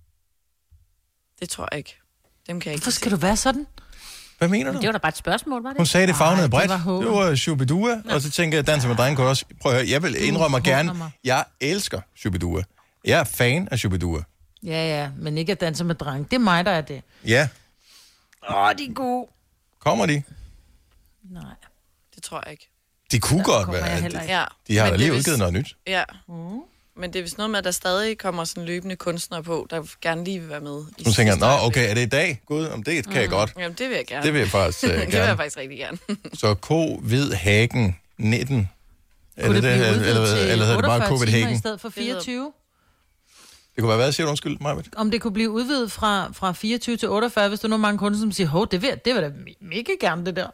Det tror jeg ikke. Dem kan jeg ikke. Hvorfor skal du være sådan? Hvad mener du? Det var da bare et spørgsmål, var det? Hun sagde, det favnede bredt. det var Det var Shubidua. Og så tænker jeg, danser med drenge kunne også... Prøv at høre, jeg vil indrømme gerne, jeg elsker Shubidua. Jeg er fan af Shubidua. Ja, men ikke at danse med drenge. Det er mig, der er det. Ja. De er gode. Kommer de? Nej. Det tror jeg ikke. De kunne godt være. Ja. De har Men da det lige er udgivet noget nyt. Ja. Men det er vist noget med, at der stadig kommer sådan løbende kunstnere på, der gerne lige vil være med. Så tænker nå, okay, er det i dag? Gud, om det kan jeg godt. Jamen, det vil jeg gerne. Det vil jeg faktisk gerne. Det vil jeg faktisk rigtig gerne. Så Covid-Hagen 19. Kunne det blive udvidet til eller 48 timer i stedet for 24? Det kunne være hvad, siger du undskyld, Majbert? Om det kunne blive udvidet fra 24 til 48, hvis der er nogle mange kunder, som siger, det vil da mega gerne det der.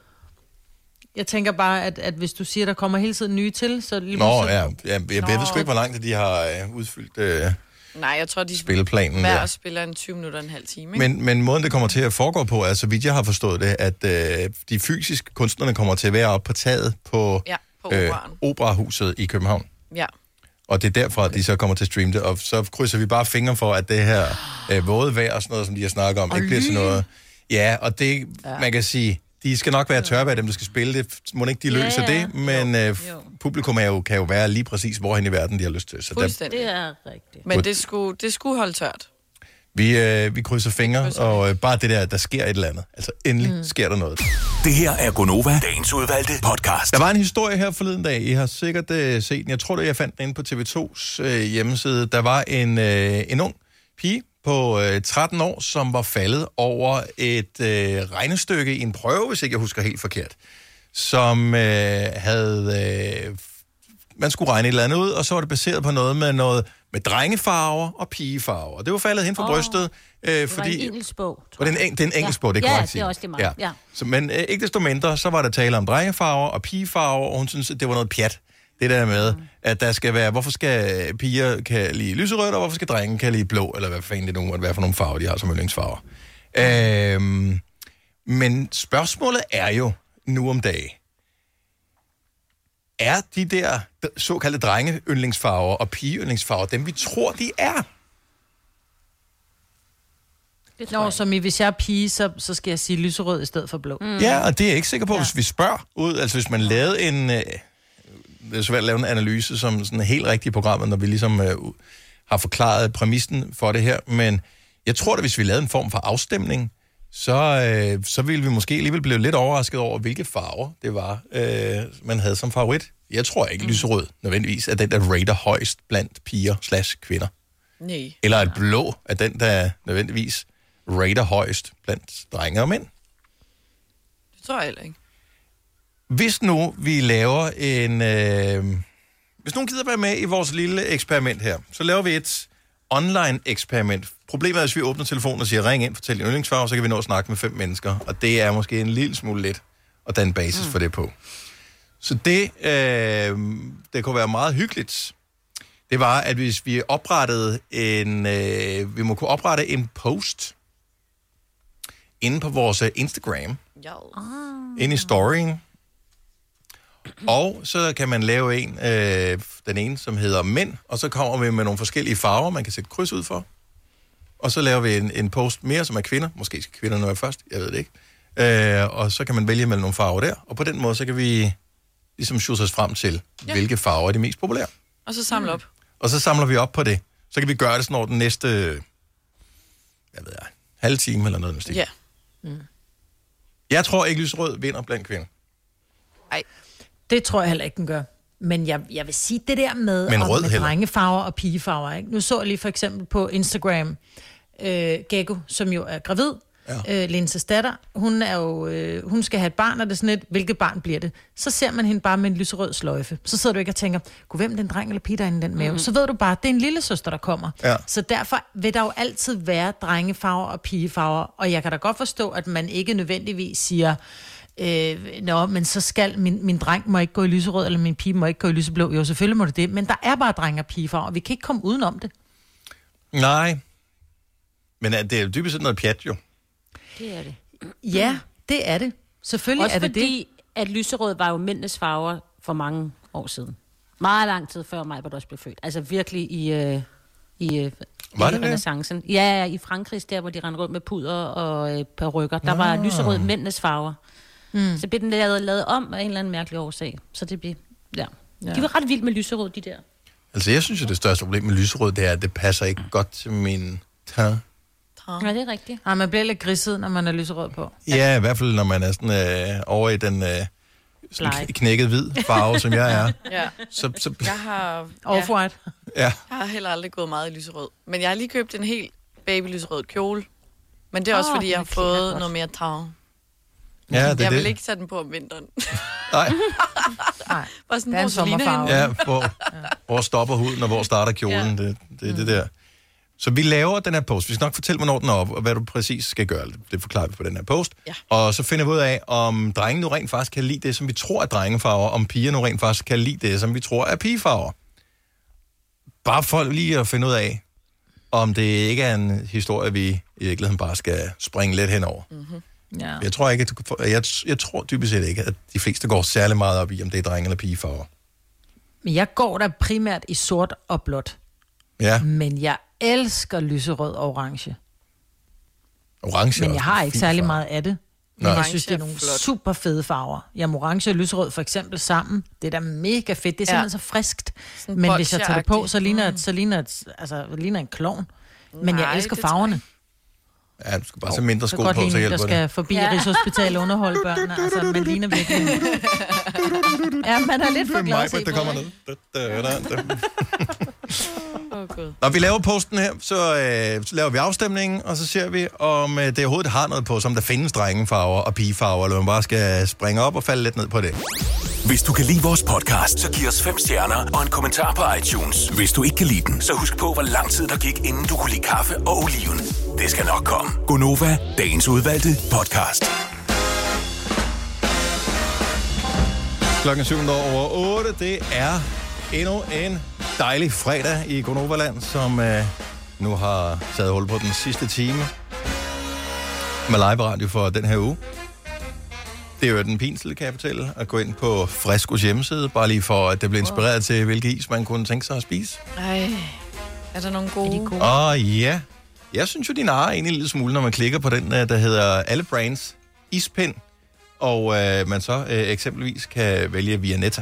Jeg tænker bare, at hvis du siger, at der kommer hele tiden nye til, så lige jeg ved sgu ikke, hvor langt de har udfyldt Nej, jeg tror, de spilleplanen hver spiller en 20 minutter, en halv time. Ikke? Men måden, det kommer til at foregå på, er, så vidt jeg har forstået det, at de fysiske kunstnerne kommer til at være oppe på taget på Operahuset i København. Ja. Og det er derfra, at de så kommer til at streame det, og så krydser vi bare fingre for, at det her våde vejr og sådan noget, som de har snakket om, ikke bliver sådan noget. Ja, og det, man kan sige, de skal nok være tørvejr, dem der skal spille det. Må ikke de løser det, men publikum kan jo være lige præcis, hvorhen i verden de har lyst til. Så fuldstændig. Det er rigtigt. Men det skulle holde tørt. Vi krydser fingre, og bare det der sker et eller andet. Altså endelig sker der noget. Det her er Gonova, dagens udvalgte podcast. Der var en historie her forleden dag. I har sikkert set den. Jeg tror, jeg fandt den inde på TV2's hjemmeside. Der var en ung pige på 13 år, som var faldet over et regnestykke i en prøve, hvis ikke jeg husker helt forkert, som havde... man skulle regne et eller andet ud, og så var det baseret på noget med drengefarver og pigefarver. Det var faldet hen for brystet. Det var en engelsk bog. Det er en engelsk bog, det er korrekt. Ja, det er også det meget. Ja. Så, men ikke desto mindre, så var der tale om drengefarver og pigefarver, og hun synes, det var noget pjat. Det der med, at der skal være, hvorfor skal piger kan lide lyserødt, og hvorfor skal drenge kan lide blå, eller hvad fanden det nu måtte være for nogle farver, de har som yndlingsfarver. Men spørgsmålet er jo nu om dagen, er de der såkaldte drenge-yndlingsfarver og pige-yndlingsfarver dem, vi tror, de er? Nå, som hvis jeg er pige, så skal jeg sige lyserød i stedet for blå. Ja, og det er jeg ikke sikker på, hvis vi spørger ud. Altså, hvis man lavede en... det er svært at lave en analyse som sådan helt rigtig programmet, når vi ligesom har forklaret præmissen for det her. Men jeg tror, at hvis vi lavede en form for afstemning, så ville vi måske alligevel blive lidt overrasket over, hvilke farver det var, man havde som favorit. Jeg tror ikke, lyserød nødvendigvis er den, der rater højst blandt piger/kvinder. Nej. Eller at blå er den, der nødvendigvis rater højst blandt drenge og mænd. Det tror jeg heller ikke. Hvis nu vi laver en... hvis nogen gider være med i vores lille eksperiment her, så laver vi et online-eksperiment. Problemet er, hvis vi åbner telefonen og siger, ring ind, fortæl din yndlingsfarve, så kan vi nå at snakke med 5 mennesker. Og det er måske en lille smule let at danne basis for det på. Så det kunne være meget hyggeligt. Det var, at hvis vi oprettede vi må kunne oprette en post inde på vores Instagram. Inde i storyen. Og så kan man lave den ene, som hedder mænd, og så kommer vi med nogle forskellige farver, man kan sætte kryds ud for. Og så laver vi en post mere, som er kvinder. Måske skal kvinderne være først, jeg ved det ikke. Og så kan man vælge mellem nogle farver der, og på den måde, så kan vi ligesom sjusse os frem til, hvilke farver er de mest populære. Og så samle op. Og så samler vi op på det. Så kan vi gøre det sådan over den næste, halve time eller noget. Ja. Jeg tror ikke, lyserød vinder blandt kvinder. Nej. Det tror jeg heller ikke, den gør. Men jeg vil sige det der med drengefarver og pigefarver. Ikke? Nu så jeg lige for eksempel på Instagram, Gekko, som jo er gravid, Linses datter, hun skal have et barn, og det er sådan et, hvilket barn bliver det? Så ser man hende bare med en lyserød sløjfe. Så sidder du ikke og tænker, hvem er den dreng eller pige, der er inde i den mave? Så ved du bare, det er en lille søster, der kommer. Ja. Så derfor vil der jo altid være drengefarver og pigefarver, og jeg kan da godt forstå, at man ikke nødvendigvis siger, men så skal min dreng må ikke gå i lyserød, eller min pige må ikke gå i lyseblå. Jo, selvfølgelig må det, men der er bare drenge og pigefarver, og vi kan ikke komme udenom det. Nej. Men det er jo dybest set noget pjat, jo. Det er det. Ja, det er det. Selvfølgelig også er det fordi, at lyserød var jo mændenes farver for mange år siden. Meget lang tid før mig, hvor du også blev født. Altså virkelig i var det renaissancen. Ja, i Frankrig, der hvor de rendte rundt med puder og perukker. Der var lyserød mændenes farver. Så blev den lavet om af en eller anden mærkelig årsag. Så det blev, ja. De var ret vilde med lyserød, de der. Altså, jeg synes jo, det største problem med lyserød, det er, at det passer ikke godt til min teint. Ja, det er rigtigt. Ja, man bliver lidt griset, når man er lyserød på. Ja, i hvert fald, når man er sådan over i den knækket hvid farve, som jeg er. Ja. Så Jeg har... Off-white. Ja. Jeg har heller aldrig gået meget i lyserød. Men jeg har lige købt en helt babylyserød kjole. Men det er også, fordi jeg har fået noget mere tag. Ja, det jeg vil det. ikke sætte den på om vinteren. Nej. Bare sådan Det er en sommerfarve. Ja, hvor stopper huden, og hvor starter kjolen. Ja. Det der. Så vi laver den her post. Vi skal nok fortælle, hvornår den er op, og hvad du præcis skal gøre. Det forklarer vi på den her post. Ja. Og så finder vi ud af, om drenge nu rent faktisk kan lide det, som vi tror er drengefarver, om piger nu rent faktisk kan lide det, som vi tror er pigefarver. Bare for lige at finde ud af, om det ikke er en historie, vi i virkeligheden bare skal springe lidt henover. Mm-hmm. Ja. Jeg tror ikke, jeg tror dybest set ikke, at de fleste går særlig meget op i, om det er drenge- eller pigefarver. Men jeg går da primært i sort og blåt. Ja. Men jeg elsker lyserød og orange. Orange Men jeg har ikke særlig meget af det. Men Nej. jeg synes, det er nogle super fede farver. Jamen, orange og lyserød for eksempel sammen. Det er da mega fedt. Det er simpelthen så friskt. Sådan Men hvis jeg tager det på, så ligner, bolsjeagtigt. ligner en klovn. Men jeg Nej, elsker det farverne. Ja, du skal bare se mindre sko på, godt så ligne, hjælper der det. skal forbi Rigshospitalet og underholde børnene. Altså, man ligner virkelig. Ja, man er lidt for glad at se der på. kommer ned. God. Når vi laver posten her, så laver vi afstemningen, og så ser vi, om det overhovedet har noget på, som der findes drengefarver og pigefarver, eller man bare skal springe op og falde lidt ned på det. Hvis du kan lide vores podcast, så giv os 5 stjerner og en kommentar på iTunes. Hvis du ikke kan lide den, så husk på, hvor lang tid der gik, inden du kunne lide kaffe og oliven. Det skal nok komme. Gonova, dagens udvalgte podcast. Klokken 7:08, det er endnu en dejlig fredag i Gonova-land, som nu har taget hul på den sidste time med live radio for den her uge. Det er jo den pinlige, kan jeg fortælle, at gå ind på Frescos hjemmeside, bare lige for, at det bliver inspireret til, hvilke is man kunne tænke sig at spise. Ej, er der nogle gode? Ja, jeg synes jo, de narrer egentlig en lille smule, når man klikker på den, der hedder Alle Brands ispind, og man så eksempelvis kan vælge Vianetta.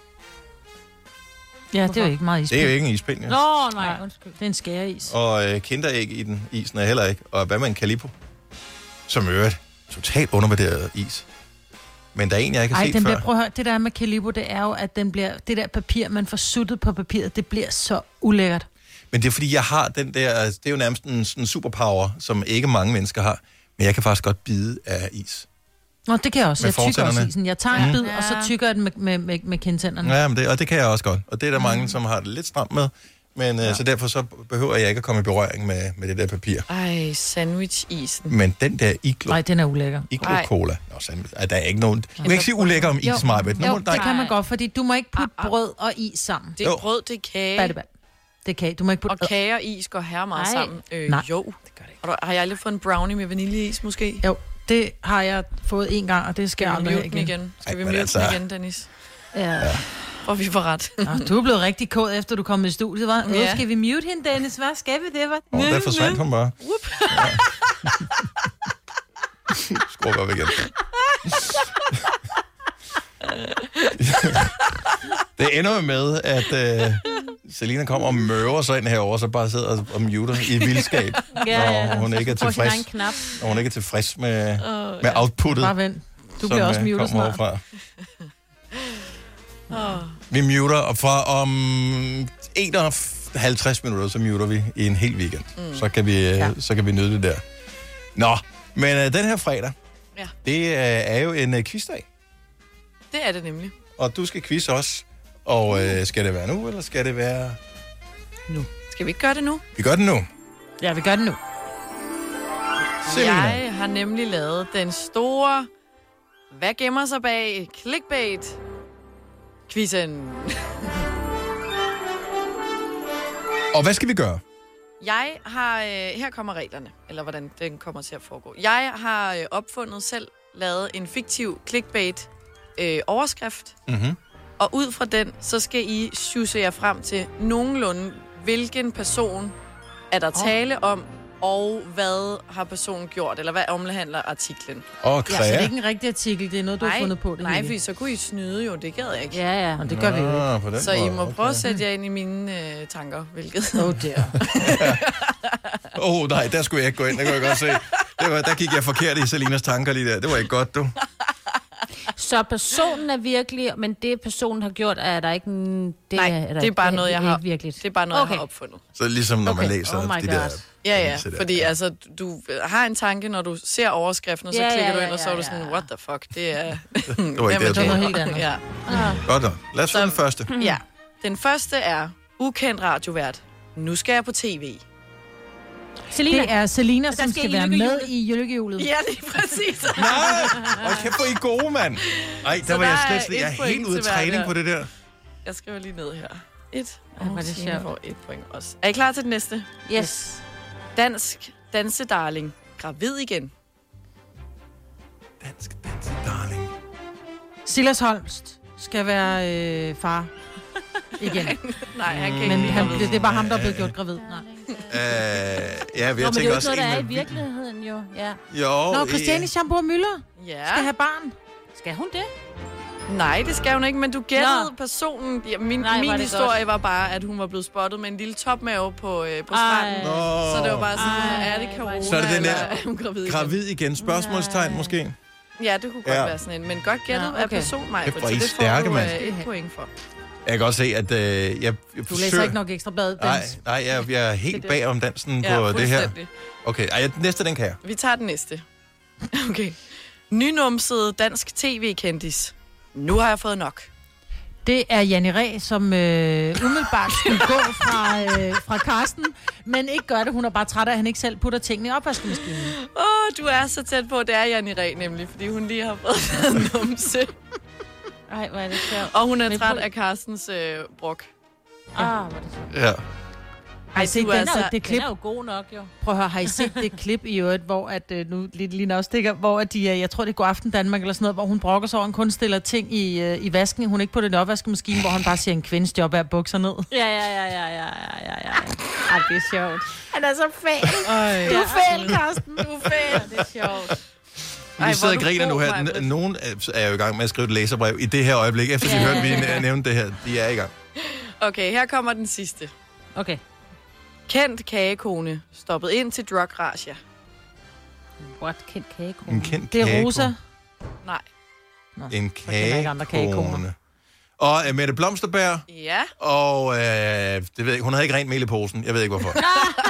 Ja, det er jo ikke meget ispind. Det er jo ikke en ispind, ja. Nå, nej, undskyld. Det er en skæreis. Og kinderæg i den isen er heller ikke. Og hvad med en Calippo? Som øvrigt totalt undervurderet is. Men der er en, jeg ikke har set før. Prøv at høre, det der med Calippo, det er jo, at den bliver, det der papir, man får suttet på papiret, det bliver så ulækkert. Men det er fordi, jeg har den der, det er jo nærmest en superpower, som ikke mange mennesker har. Men jeg kan faktisk godt bide af is. Nå, det kan jeg også. Med Jeg tykker også fortænderne. isen. Jeg tager en bid, og så tykker jeg den med kindtænderne. Ja, men det kan jeg også godt. Og det er der mange, som har det lidt stramt med. Men så derfor så behøver jeg ikke at komme i berøring med det der papir. Ej, sandwich-isen. Men den der iglo... Nej, den er ulækker. Iglo-cola. Nå, sandwich. Der er ikke nogen... Du kan ikke sige ulækker om is, Marbet. Jo, det kan man godt, fordi du må ikke putte brød og is sammen. Det er brød, det er kage. Det er kage. Du må ikke putte... Og kage og is går her meget sammen. Nej. Jo, det gør det ikke. Har jeg aldrig fået en brownie med vaniljeis, måske? Jo, det har jeg fået en gang, og det skal jeg aldrig have igen. Skal vi mute den igen, Dennis? Ja. Og vi får ret. Nå, du er blevet rigtig kåd, efter du kom i studiet, var? Nu Ja. skal vi mute hende, Dennis. Hvad skal vi det, var? Der forsvandt hun bare. Skru op igen. Det ender med, at Selina kommer og møver sig ind herover, så bare sidder og muter i vildskab, når hun ikke er tilfreds. Når hun ikke er tilfreds med outputtet. Bare vent. Du bliver også mutet snart. Overfra. Vi muter, og fra om 51 minutter, så muter vi i en hel weekend. Så kan vi nyde det der. Nå, men den her fredag, det er jo en quizdag. Det er det nemlig. Og du skal quizze os. Og skal det være nu, eller skal det være... Nu. Skal vi ikke gøre det nu? Vi gør det nu. Ja, vi gør det nu. Selina. Jeg har nemlig lavet den store... Hvad gemmer sig bag clickbait? Quizzen. Og hvad skal vi gøre? Jeg har... her kommer reglerne, eller hvordan den kommer til at foregå. Jeg har lavet en fiktiv clickbait overskrift. Mm-hmm. Og ud fra den, så skal I sjuse jer frem til nogenlunde, hvilken person er der tale om, og hvad har personen gjort, eller hvad omhandler artiklen. Og ja, så det er ikke en rigtig artikel, det er noget, du har fundet på. Nej, fordi så kunne I snyde jo, det gad jeg ikke. Ja, og det gør vi jo ikke. Så I må prøve at sætte jer ind i mine tanker, hvilket... Nej, der skulle jeg ikke gå ind, det kunne jeg godt se. Der gik jeg forkert i Selinas tanker lige der. Det var ikke godt, du. Så personen er virkelig, men det personen har gjort, er der ikke... Det er bare noget, jeg har... Det er bare noget, jeg har opfundet. Så ligesom når man læser de der... Ja, fordi altså, du har en tanke, når du ser overskriften, og så klikker du ind, og så er du sådan, what the fuck, det er... Det var ikke det, noget helt andet. Ja. Godt nok. Lad os få den første. Ja. Den første er ukendt radiovært. Nu skal jeg på tv. Selina. Det er Selina, som skal være med i lykkehjulet. Ja, det er præcis. Nej, og kæft, hvor I gode, mand. Ej, der var jeg slet. Jeg er helt ude af træning på det der. Jeg skriver lige ned her. 1. Og Signe får 1 point også. Er I klar til den næste? Yes. Dansk dansedarling. Gravid igen. Dansk dansedarling. Silas Holst skal være far igen. Nej, han kan men ikke. det er bare ham, der er blevet gjort gravid. Nej. Ja, vi har men tænkt også... det er jo ikke noget, der er i virkeligheden, jo. Ja. Jo. Nå, Christiane Schamburg Müller skal have barn. Skal hun det? Nej, det skal hun ikke, men du gættede personen. Ja, min historie var bare, at hun var blevet spottet med en lille topmave på stranden. Så det var bare sådan, er det corona, så er det den eller er hun gravid igen? Gravid igen? Spørgsmålstegn måske? Ja, det kunne godt være sådan en. Men godt gættet af person, Maja. Så det får du 1 point for. Jeg kan godt se, at jeg du læser ikke nok Ekstrabladet dans. Nej, jeg er helt bag om dansen på det her. Okay, næste, den kan jeg. Vi tager den næste. Okay. Nynumset dansk tv-kendis. Nu har jeg fået nok. Det er Janne Ræ, som umiddelbart skulle gå fra Karsten, men ikke gør det. Hun er bare træt af, at han ikke selv putter tingene i opvaskemaskinen. Du er så tæt på. Det er Janne Ræ nemlig, fordi hun lige har fået en numse. Ej, hvor er det sjovt. Og hun er træt af Karstens brok. Hvor er det sjovt. Ja. Har I set det klip? Den er jo god nok, jo. Prøv at høre, har I set det klip i øvrigt, hvor at, nu lige afstikker, hvor at de, jeg tror det er God Aften Danmark eller sådan noget, hvor hun brokker sig over, en kun stiller ting i vasken, hun ikke på den opvaskemaskine, hvor han bare siger, en kvindes job er at bukke sig ned. Ja. Ej, det er sjovt. Han er så fæl. Du er fæl, Karsten. Du er fæl. Det er sjovt. Vi sidder og griner nu her. Nogen er jo i gang med at skrive et læserbrev i det her øjeblik, efter de hørte, vi nævnte det her. De er i gang. Okay, her kommer den sidste. Okay. Kendt kagekone stoppet ind til drug razzia. What? Kendt kagekone? En kendt det er kagekone. Rosa. Nej. En kagekone. Og Mette Blomsterberg. Ja. Og det ved jeg, hun havde ikke rent mel i posen. Jeg ved ikke hvorfor.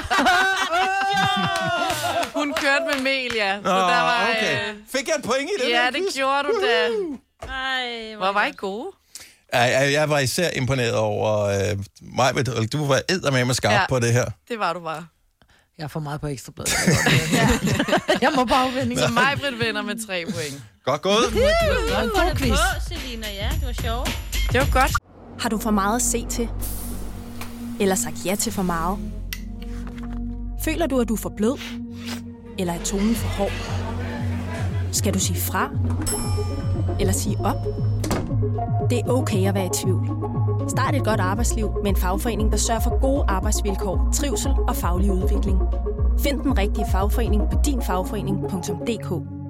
Hun kørte med mel, ja. Så der var, okay. Fik jeg et point i det? Ja, det gjorde du da. Hvor var I gode? Jeg var især imponeret over mig. Du var eddermame skarp på det her. Det var du bare. Jeg får meget på Ekstrabladet. Jeg må bare vinde. Så Maj-Brit vinder med 3 point. Godt gået. Det var en god quiz. Selina, ja, det var sjovt. Det var godt. Har du for meget at se til? Eller sagt ja til for meget? Føler du, at du er for blød? Eller er tonen for hård? Skal du sige fra? Eller sige op? Det er okay at være i tvivl. Start et godt arbejdsliv med en fagforening, der sørger for gode arbejdsvilkår, trivsel og faglig udvikling. Find den rigtige fagforening på dinfagforening.dk.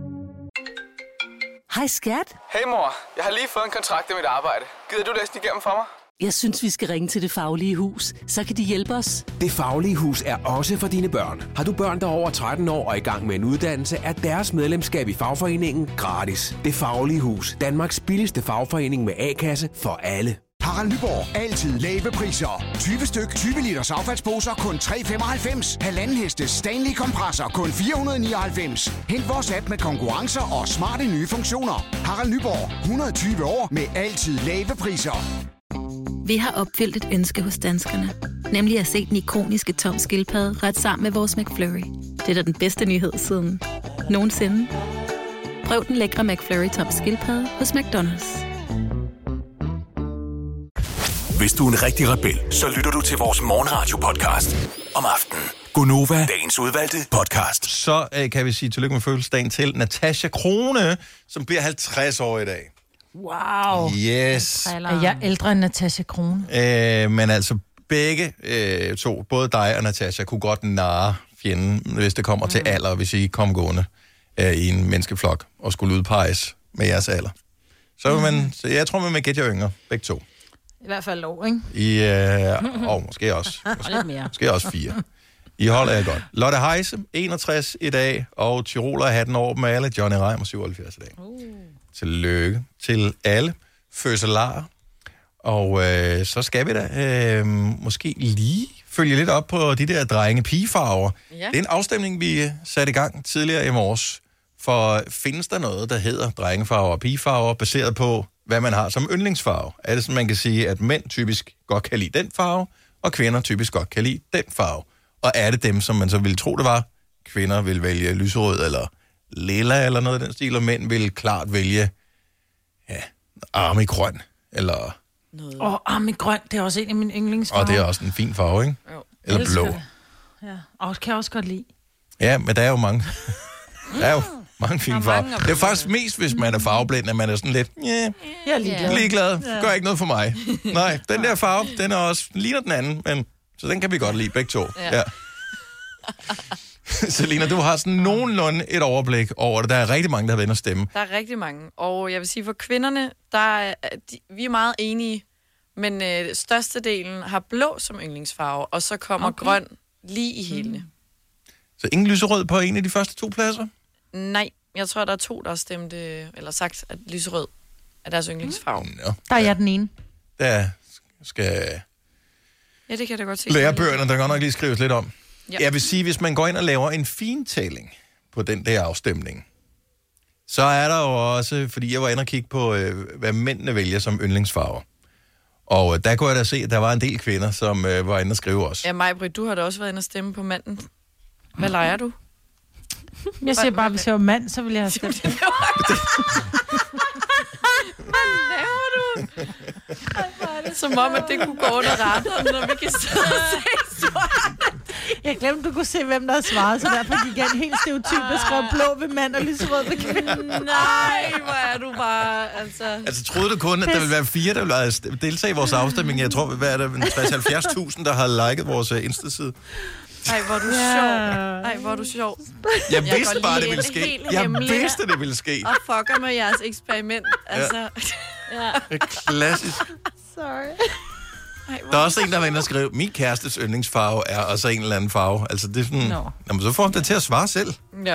Hej skat. Hey mor, jeg har lige fået en kontrakt med mit arbejde. Gider du læse den igennem for mig? Jeg synes, vi skal ringe til Det Faglige Hus. Så kan de hjælpe os. Det Faglige Hus er også for dine børn. Har du børn, der er over 13 år og i gang med en uddannelse, er deres medlemskab i fagforeningen gratis. Det Faglige Hus. Danmarks billigste fagforening med A-kasse for alle. Harald Nyborg. Altid lave priser. 20 styk, 20 liters affaldsposer kun 3,95. Halvanden heste Stanley kompresser kun 499. Hent vores app med konkurrencer og smarte nye funktioner. Harald Nyborg. 120 år med altid lave priser. Vi har opfyldt et ønske hos danskerne. Nemlig at se den ikoniske Tom Skildpadde ret sammen med vores McFlurry. Det er da den bedste nyhed siden nogensinde. Prøv den lækre McFlurry Tom Skildpadde hos McDonald's. Hvis du er en rigtig rebel, så lytter du til vores morgenradio-podcast om aftenen. Gonova, dagens udvalgte podcast. Så kan vi sige tillykke med fødselsdagen til Natasha Krone, som bliver 50 år i dag. Wow. Yes. Er jeg ældre end Natasha Crone? Men altså begge to, både dig og Natasha, kunne godt narre fjenden, hvis det kommer til alder, hvis I kom gående i en menneskeflok og skulle udpeges med jeres alder. Så jeg tror, man vil gætte jer yngre, begge to. I hvert fald lov, ikke? Måske også. Lidt mere. Måske også 4. I holder jeg godt. Lotte Heise, 61 i dag, og Tyroler har den over med alle. Johnny Reimer, 77 i dag. Tillykke til alle fødselarer. Og så skal vi da måske lige følge lidt op på de der drenge-pigefarver. Ja. Det er en afstemning, vi satte i gang tidligere i morges. For findes der noget, der hedder drengefarver og pigefarver, baseret på, hvad man har som yndlingsfarve? Er det sådan, man kan sige, at mænd typisk godt kan lide den farve, og kvinder typisk godt kan lide den farve? Og er det dem, som man så ville tro, det var? Kvinder vil vælge lyserød eller lilla eller noget af den stil, og mænd vil klart vælge armigrøn eller... armigrøn, det er også en af mine yndlingsfarver. Og det er også en fin farve, ikke? Jo. Eller blå. Det. Ja, og kan jeg også godt lide. Ja, men der er jo mange... Der er jo mange fine farver. Det er faktisk mest, hvis man er farveblind, at man er sådan lidt... Jeg er ligeglad. Gør ikke noget for mig. Nej, den der farve, den er også... ligner den anden, men... Så den kan vi godt lide, begge to. Ja. Selina, du har sådan nogenlunde et overblik over det. Der er rigtig mange, der har været inde og stemme. Der er rigtig mange. Og jeg vil sige, for kvinderne, vi er meget enige, men størstedelen har blå som yndlingsfarve, og så kommer grøn lige i hælene. Så ingen lyserød på en af de første 2 pladser? Nej, jeg tror, der er 2, der har stemt, eller sagt, at lyserød er deres yndlingsfarve. Nå. Der er jeg den ene. Der skal... Ja, det kan jeg godt se. Lærebøgerne, der kan nok lige skrives lidt om. Ja. Jeg vil sige, hvis man går ind og laver en fintælling på den der afstemning, så er der jo også, fordi jeg var inde og kigge på, hvad mændene vælger som yndlingsfarver. Og der kunne jeg da se, at der var en del kvinder, som var inde og skrive også. Ja, Maj-Brit, du har da også været inde og stemme på manden. Hvad leger du? Jeg siger bare, hvis jeg var mand, så ville jeg have stemt. Hvad laver du? Som om, at det kunne gå under radaren, når vi kan sidde og se. Jeg glemte, du kunne se, hvem der har svaret, så derfor gik jeg en helt stereotyp, der skrev blå ved mand og lyserød ved kvinde. Nej, hvor er du bare, altså... Altså, troede du kun, at der ville være 4, der ville deltage i vores afstemning? Jeg tror, hvad er der, 60-70.000, der har liket vores Insta-side. Ej, hvor er du sjov. Ej, hvor er du sjov. Jeg vidste bare, det ville ske. Jeg vidste, det ville ske. Og fucker med jeres eksperiment. Altså... Ja. Det er klassisk. Sorry. Der er også en, der var inde og skrive, min kærestes yndlingsfarve er også en eller anden farve. Altså, det er sådan... Jamen, så får han det til at svare selv. Ja.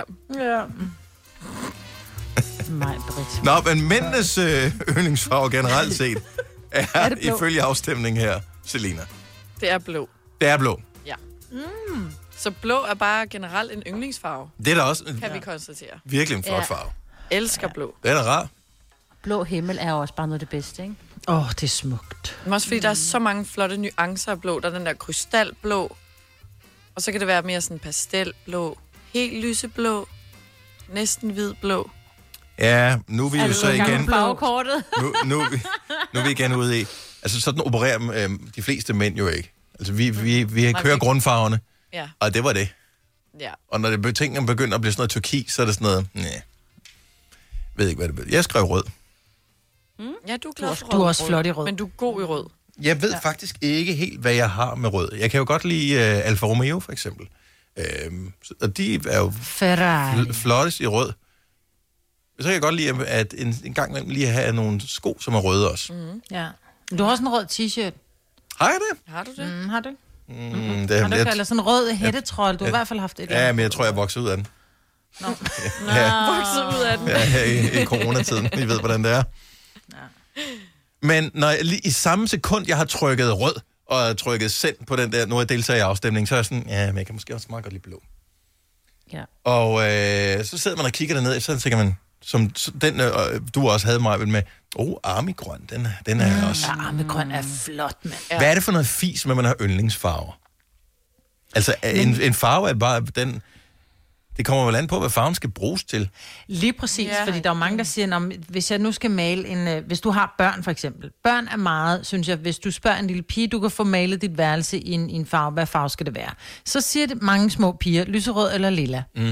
Maj-Brit. Nå, men mændenes yndlingsfarve generelt set er ifølge afstemningen her, Selina. Det er blå. Det er blå. Ja. Så blå er bare generelt en yndlingsfarve. Det er da også... Kan vi konstatere. Virkelig en flot farve. Elsker blå. Det er da rar. Blå himmel er også bare noget af det bedste, ikke? Det er smukt. Men også fordi der er så mange flotte nuancer af blå. Der er den der krystalblå. Og så kan det være mere sådan pastelblå. Helt lyseblå. Næsten hvidblå. Ja, nu er vi jo så igen... nu er vi igen ude i... Altså, sådan opererer de fleste mænd jo ikke. Altså, vi kører grundfarverne. Ja. Og det var det. Ja. Og når tingene begynder at blive sådan noget turkis, så er det sådan noget... Nej. Ved ikke, hvad det er. Jeg skrev rød. Ja, du er glad for rød. Du er også flot i rød. Men du er god i rød. Jeg ved faktisk ikke helt, hvad jeg har med rød. Jeg kan jo godt lide Alfa Romeo, for eksempel. Og de er jo flottest i rød. Så kan jeg godt lide, at en gang imellem lige have nogle sko, som er røde også. Ja. Du har også en rød t-shirt. Har jeg det? Har du det? Har du? Det har du ikke, eller sådan en rød hættetrol? Du har i hvert fald haft et. Ja, men jeg tror, jeg voksede ud af den. Nå. Voksede ud af den. Ja, i coronatiden. I ved, hvordan det er. Ja. Men når jeg, i samme sekund, jeg har trykket rød, og trykket send på den der, nu jeg deltager i afstemningen, så er jeg sådan, ja, men jeg kan måske også meget godt lide blå. Ja. Og så sidder man og kigger derned, og så tænker man, som den du også havde mig med, armigrøn, den er også... Ja, armigrøn er flot, mand. Ja. Hvad er det for noget fis, med man har yndlingsfarver? Altså, en farve er bare den... Det kommer vel an på, hvad farven skal bruges til. Lige præcis, fordi der er mange, der siger, hvis jeg nu skal male en... Hvis du har børn, for eksempel. Børn er meget, synes jeg, hvis du spørger en lille pige, du kan få malet dit værelse i en farve. Hvad farve skal det være? Så siger det mange små piger, lyserød eller lilla. Mm-hmm.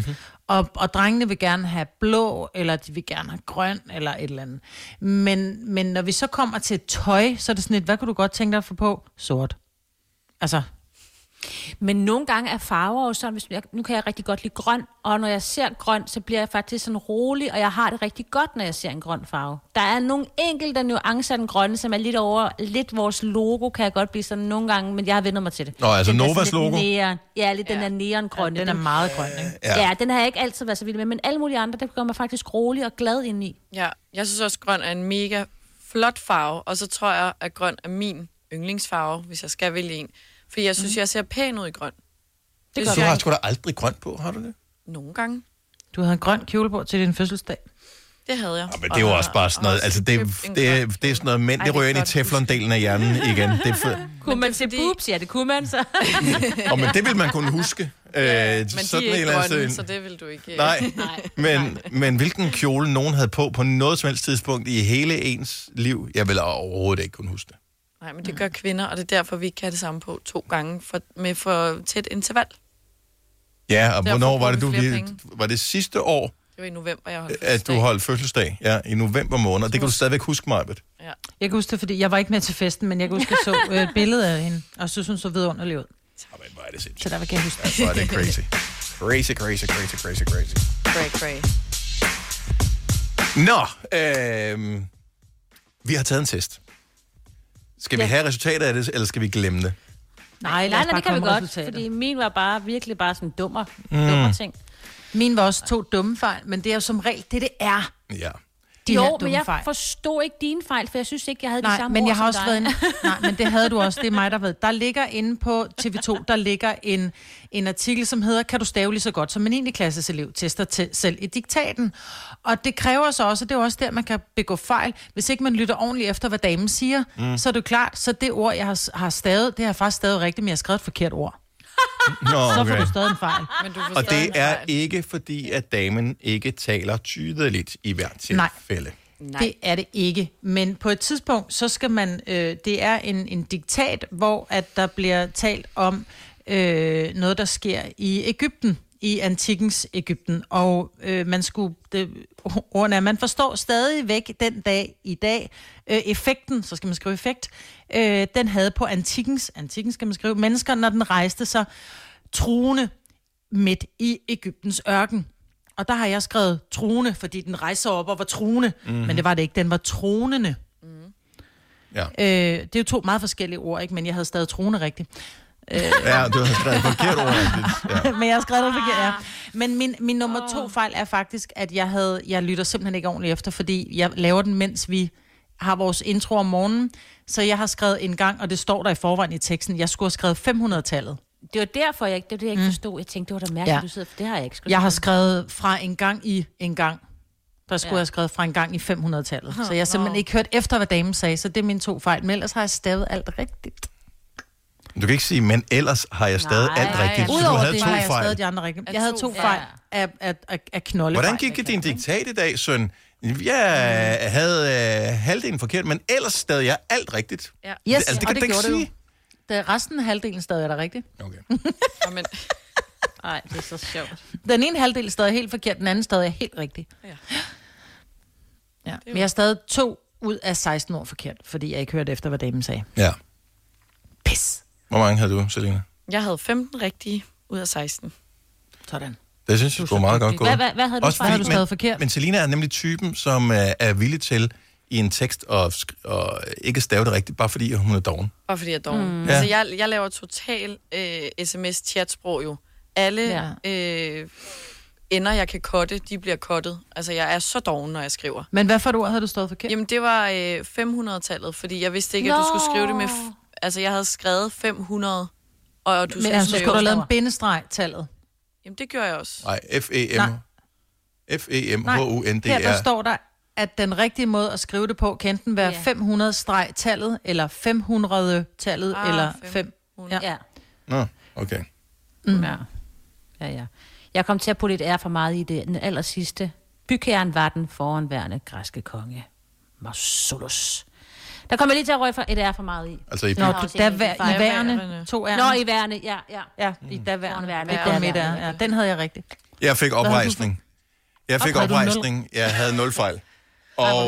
Og drengene vil gerne have blå, eller de vil gerne have grøn, eller et eller andet. Men når vi så kommer til tøj, så er det sådan lidt, hvad kunne du godt tænke dig at få på? Sort. Altså... Men nogle gange er farver jo sådan, nu kan jeg rigtig godt lide grøn, og når jeg ser grøn, så bliver jeg faktisk sådan rolig, og jeg har det rigtig godt, når jeg ser en grøn farve. Der er nogle enkelte nuancer af den grønne, som er lidt over, lidt vores logo, kan jeg godt blive sådan nogle gange, men jeg har vendt mig til det. Nå, altså den Novas logo? Neon. Ja, lidt den er neongrønne. Ja, den er meget grøn, ikke? Ja, den har jeg ikke altid været så vild med, men alle mulige andre, der gør mig faktisk rolig og glad indeni. Ja, jeg synes også, grøn er en mega flot farve, og så tror jeg, at grøn er min yndlingsfarve, hvis jeg skal vælge en. For jeg synes, jeg ser pæn ud i grøn. Det du har sgu da aldrig grønt på, har du det? Nogle gange. Du havde en grøn kjole på til din fødselsdag. Det havde jeg. Ja, men det er jo også bare sådan noget, altså det er sådan noget mænd, det rører ind i teflon-delen af hjernen igen. Det er kunne man se boobs? Ja, det kunne man så. Men det vil man kunne huske. Men de er ikke grønne, så det vil du ikke. Nej, men hvilken kjole nogen havde på noget som helst tidspunkt i hele ens liv, jeg vil overhovedet ikke kunne huske det. Nej, men det gør kvinder, og det er derfor, vi ikke kan det samme på 2 gange med for tæt interval. Ja, og hvornår var det, var det sidste år? Det var i november, jeg holdt fødselsdag. At du holdt fødselsdag, ja, i november måned. Det kan du stadigvæk huske, Majbet. Ja. Jeg kan huske det, fordi jeg var ikke med til festen, men jeg kan huske, at jeg så et billede af hende, og synes, hun så vidunderlig ud. Jamen, hvor er det sindssygt. Så der kan jeg huske det. Ja, hvor er det crazy. Crazy. Cray. Nå, vi har taget en test. Skal vi have resultatet af det, eller skal vi glemme det? Nej, det kan vi godt, fordi min var virkelig bare sådan dummer ting. Min var også 2 dumme fejl, men det er jo som regel det er. Ja. Men jeg forstod ikke dine fejl, for jeg synes ikke, jeg havde de samme men ord jeg har som også dig. Nej, men det havde du også, det er mig, der ved. Der ligger inde på TV2, der ligger en artikel, som hedder, kan du stave lige så godt som en 9. klasses elev tester selv i diktaten. Og det kræver så også, og det er også der, man kan begå fejl. Hvis ikke man lytter ordentligt efter, hvad damen siger, så er det klart, så det ord, jeg har stavet, det har jeg faktisk stavet rigtigt, men jeg har skrevet et forkert ord. Nå, okay. Så får du stadig en fejl. Og det er ikke fordi, at damen ikke taler tydeligt i hvert tilfælde. Nej, det er det ikke. Men på et tidspunkt, så skal man... det er en diktat, hvor at der bliver talt om noget, der sker i Egypten, i antikkens Egypten. Og man forstår stadigvæk den dag i dag, effekten, så skal man skrive effekt, den havde på antikken skal man skrive, mennesker, når den rejste sig truende midt i Egyptens ørken. Og der har jeg skrevet truende, fordi den rejser op og var truende, men det var det ikke, den var tronende. Ja. Det er jo 2 meget forskellige ord, ikke? Men jeg havde stadig truende rigtigt. Ja, du har skrevet forkert ord. Ja. Men jeg har skrevet forkert, ja. Men min nummer 2 fejl er faktisk, at jeg lytter simpelthen ikke ordentligt efter, fordi jeg laver den, mens vi har vores intro om morgenen. Så jeg har skrevet en gang, og det står der i forvejen i teksten, jeg skulle have skrevet 500-tallet. Det var derfor, jeg ikke forstod. Jeg tænkte, det var da mærkeligt, du sidder, for det har jeg ikke skrevet. Jeg har skrevet fra en gang i en gang. Der skulle jeg have skrevet fra en gang i 500-tallet. Så jeg har simpelthen ikke hørt efter, hvad damen sagde, så det er mine 2 fejl. Men ellers har jeg stavet alt rigtigt. Du kan ikke sige, men ellers har jeg stadig alt rigtigt. Udover det har jeg stadig de andre rigtigt. Jeg havde 2 fejl af knolde. Hvordan gik din diktat i dag, søn? Jeg havde halvdelen forkert, men ellers stadig jeg alt rigtigt. Ja. Yes, altså, det kan du ikke sige. Resten af halvdelen stadig er der rigtigt. Okay. Nej, det er så sjovt. Den ene halvdel stadig helt forkert, den anden stadig er helt rigtig. Ja. Men jeg har stadig 2 ud af 16 år forkert, fordi jeg ikke hørte efter, hvad damen sagde. Ja. Pis. Hvor mange havde du, Selina? Jeg havde 15 rigtige ud af 16. Sådan. Det synes jeg var meget godt gået. Hvad havde du også fordi, stadig forkert? Men Selina er nemlig typen, som er villig til i en tekst og ikke stave det rigtigt, bare fordi hun er doven. Bare fordi jeg er doven. Altså, jeg laver total sms-chatsprog jo. Alle ender, jeg kan cutte, de bliver cuttet. Altså, jeg er så doven, når jeg skriver. Men hvad for et ord havde du stået forkert? Jamen, det var 500-tallet, fordi jeg vidste ikke, at du skulle skrive det med... Altså, jeg havde skrevet 500, og du skulle skulle du lave en bindestreg-tallet? Jamen, det gjorde jeg også. Nej, F-E-M-H-U-N-D-R. Her der står der, at den rigtige måde at skrive det på, kan enten være 500-tallet, eller 500-tallet, eller 500. Ja. Nå, okay. Ja. Jeg kom til at putte et R for meget i det. Den aller sidste. Bygherren var den foranværende græske konge. Marsolus. Der kommer jeg lige til at røge for et R for meget i. Altså i i værende, 2 R. Nå, i værende, ja. Ja, i daværende. Ja, den havde jeg rigtigt. Jeg fik oprejsning. Jeg havde 0 fejl. Og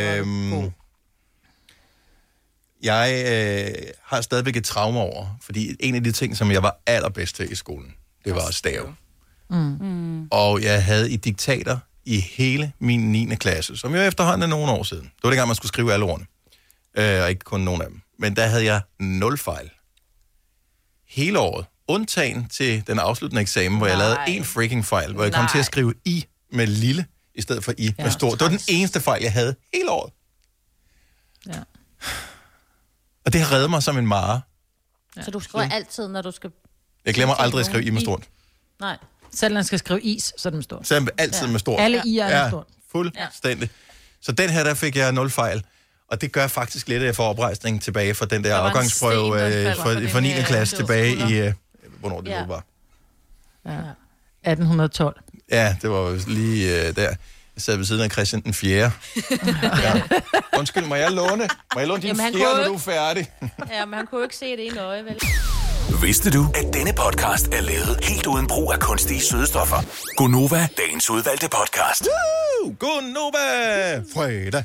jeg har stadigvæk et traume over, fordi en af de ting, som jeg var allerbedst til i skolen, det var at stave. Og jeg havde i diktater i hele min 9. klasse, som jo efterhånden er nogle år siden. Det var dengang, man skulle skrive alle ordene. Og ikke kun nogen af dem. Men der havde jeg 0 fejl. Hele året. Undtagen til den afsluttende eksamen, hvor jeg lavede en freaking fejl, hvor jeg kom til at skrive I med lille, i stedet for I med stor. Det var den eneste fejl, jeg havde hele året. Ja. Og det har reddet mig som en mare. Ja. Så du skriver altid, når du skal... Jeg glemmer aldrig at skrive I med stort. Nej. Selv når man skal skrive is, så er det med stort. Så altid med stort. Alle I er med stort. Fuldstændig. Så den her, der fik jeg 0 fejl. Og det gør faktisk lidt, at jeg får oprejsning tilbage fra den der afgangsprøve for 9. klasse tilbage i... hvornår det nu var. Ja. 1812. Ja, det var lige der. Jeg sad ved siden af Christian den 4. Undskyld, må jeg låne din 4, når du er færdig? Ja, men han kunne jo ikke se det i øje, vel? Vidste du, at denne podcast er lavet helt uden brug af kunstige sødestoffer? Gonova, dagens udvalgte podcast. Gonova! Fredag.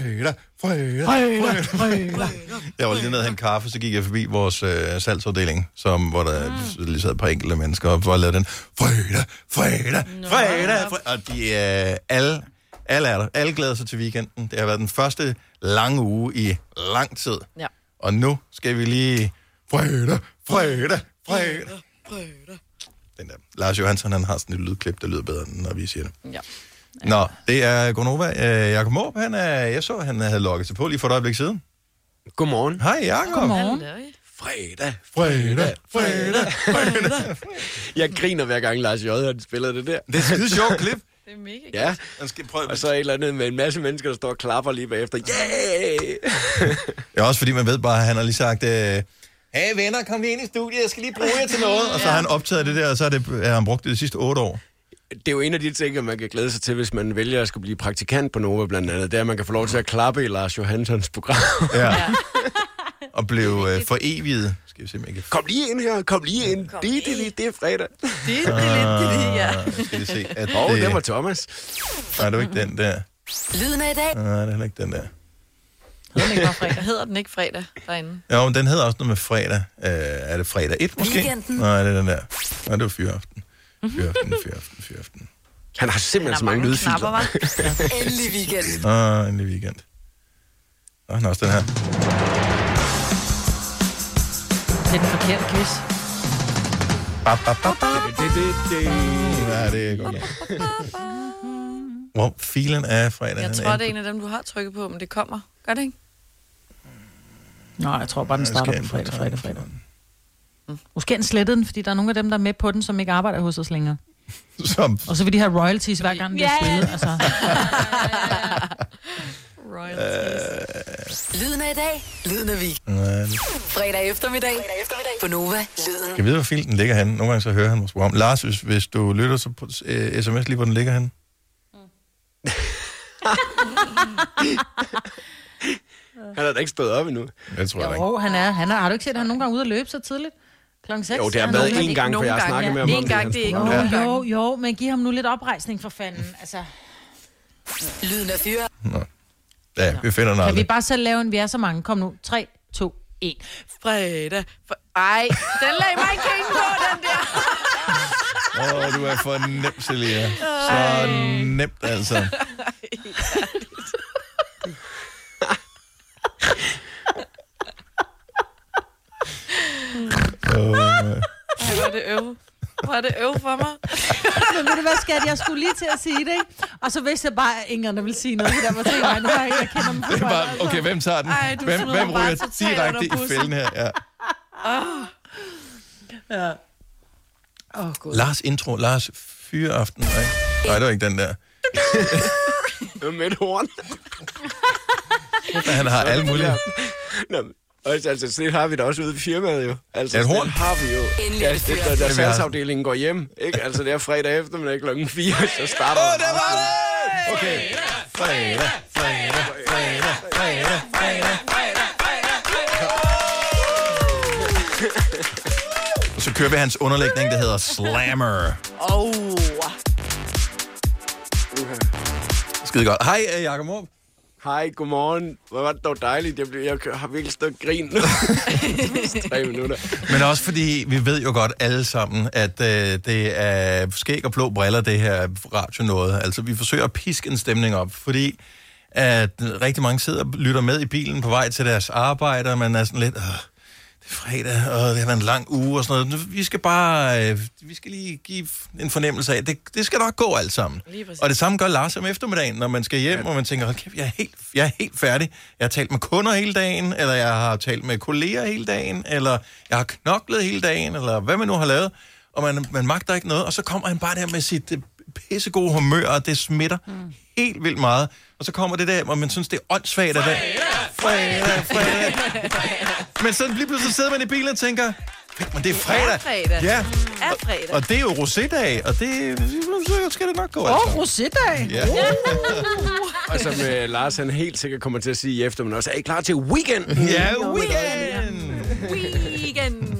Jeg var lige nede og hente kaffe, så gik jeg forbi vores salgsafdeling, hvor der lige sad et par enkelte mennesker op, hvor jeg lavede den fredag. Og de alle er der. Alle glæder sig til weekenden. Det har været den første lange uge i lang tid. Ja. Og nu skal vi lige fredag. Den der. Lars Johansson, han har sådan et lydklip, der lyder bedre, når vi siger det. Ja. Nå, det er Gonova. Jakob Måb, jeg så, han havde logget sig på lige for et øjeblik siden. Godmorgen. Hej, Jakob. Godmorgen. Fredag. Jeg griner hver gang Lars J. han spiller det der. Det er et skide sjovt klip. Det er mega ja. godt. Og så et eller andet med en masse mennesker, der står og klapper lige bagefter. Yeah! Ja, også fordi man ved bare, at han har lige sagt, hey venner, kom lige ind i studiet, jeg skal lige bruge jer til noget. Og så har han optaget det der, og så har han brugt det de sidste 8 år. Det er jo en af de ting, man kan glæde sig til, hvis man vælger at skulle blive praktikant på Nova blandt andet. Det er, at man kan få lov til at klappe i Lars Johanssons program. Ja. Og blive for evigt. Skal vi se, kan... Kom lige ind her, kom lige ind. Det er fredag. Ja. Skal vi se, at det var Thomas. Nej, det var ikke den der. Lyden af i dag. Nej, det er heller ikke den der. Hedder den ikke fredag derinde? Ja, men den hedder også noget med fredag. Er det fredag 1 måske? Weekenden. Nej, det er den der. Nej, det var fyraften. Fyraften. Han har simpelthen så mange lydfiler. Endelig weekend. Endelig weekend. Og han har også den her. Det er den forkerte quiz. Ja, det er godt. Hvor filen er fredag. Jeg tror, det er en af dem, du har trykket på, men det kommer. Gør det ikke? Nej, jeg tror bare, den starter på fredag. Måske den slettede den, fordi der er nogle af dem, der er med på den, som ikke arbejder hos os længere. Og så vil de have royalties hver gang, de har spillet. Altså. Lyden af i dag. Lyden af weekend. Fredag eftermiddag. På Nova. Lyden. Jeg ved, hvor filen ligger henne. Nogle gange så hører han vores program. Lars, hvis du lytter, så på sms lige, hvor den ligger henne. Han har da ikke stået op endnu. Det tror jeg ikke. Han er. Har du ikke set, at han nogle gange ude at løbe så tidligt? Klokken 6? Jo, det har været en gang, for jeg har snakket med ham om det. Det er ikke nogen gang. Jo, men giv ham nu lidt oprejsning for fanden. Altså. Lyden af fyre. Ja, vi finder noget. Kan vi bare selv lave en, vi er så mange? Kom nu. 3, 2, 1. Fredag. Ej, den lagde mig ikke ind på, den der. Du er for nemt, Celia. Så nemt, altså. Hvor er det øv for mig. Men ved du hvad, skat, jeg skulle lige til at sige det, ikke? Og så vidste jeg bare, at ingen ville sige noget. Der var tænkt mig, jeg kender dem. Det er bare, okay, hvem tager den? Ej, hvem ryger direkte i fælden her? Ja. Ja. God. Lars intro, Lars fyraften. Nej, det var ikke den der. Med et horn. Han har alle mulige. Altså, det har vi da også ude i firmaet jo. Altså, et horn? Det har vi jo. Ja, da salgsafdelingen går hjem, ikke? Altså, det er fredag eftermiddag klokken 4, så starter det var det! Okay. Fredag. Og så kører vi hans underlægning, der hedder Slammer. Skide godt. Hej, Jakob Måb. Hej, godmorgen. Hvor var det dog dejligt. Jeg har virkelig stået og grin nu. 3 minutter. Men også fordi, vi ved jo godt alle sammen, at det er skæg og blå briller, det her radio noget. Altså, vi forsøger at piske en stemning op, fordi at rigtig mange sidder og lytter med i bilen på vej til deres arbejde, og man er sådan lidt, det er fredag, og det har været en lang uge og sådan noget. Vi skal lige give en fornemmelse af, det skal nok gå alt sammen. Og det samme gør Lars om eftermiddagen, når man skal hjem, og man tænker, hold kæft, jeg er helt færdig. Jeg har talt med kunder hele dagen, eller jeg har talt med kolleger hele dagen, eller jeg har knoklet hele dagen, eller hvad man nu har lavet, og man magter ikke noget, og så kommer han bare der med sit pissegode humør, og det smitter helt vildt meget. Og så kommer det der, hvor man synes, det er åndssvagt af det. Fredag. Men så lige pludselig sidder man i bilen og tænker, men det er fredag. Ja. Er fredag. Og det er jo rosédag, og så skal det nok gå. Rosédag? Ja. Og som Lars han helt sikkert kommer til at sige i eftermiddag også, er I klar til weekend? Ja, weekend!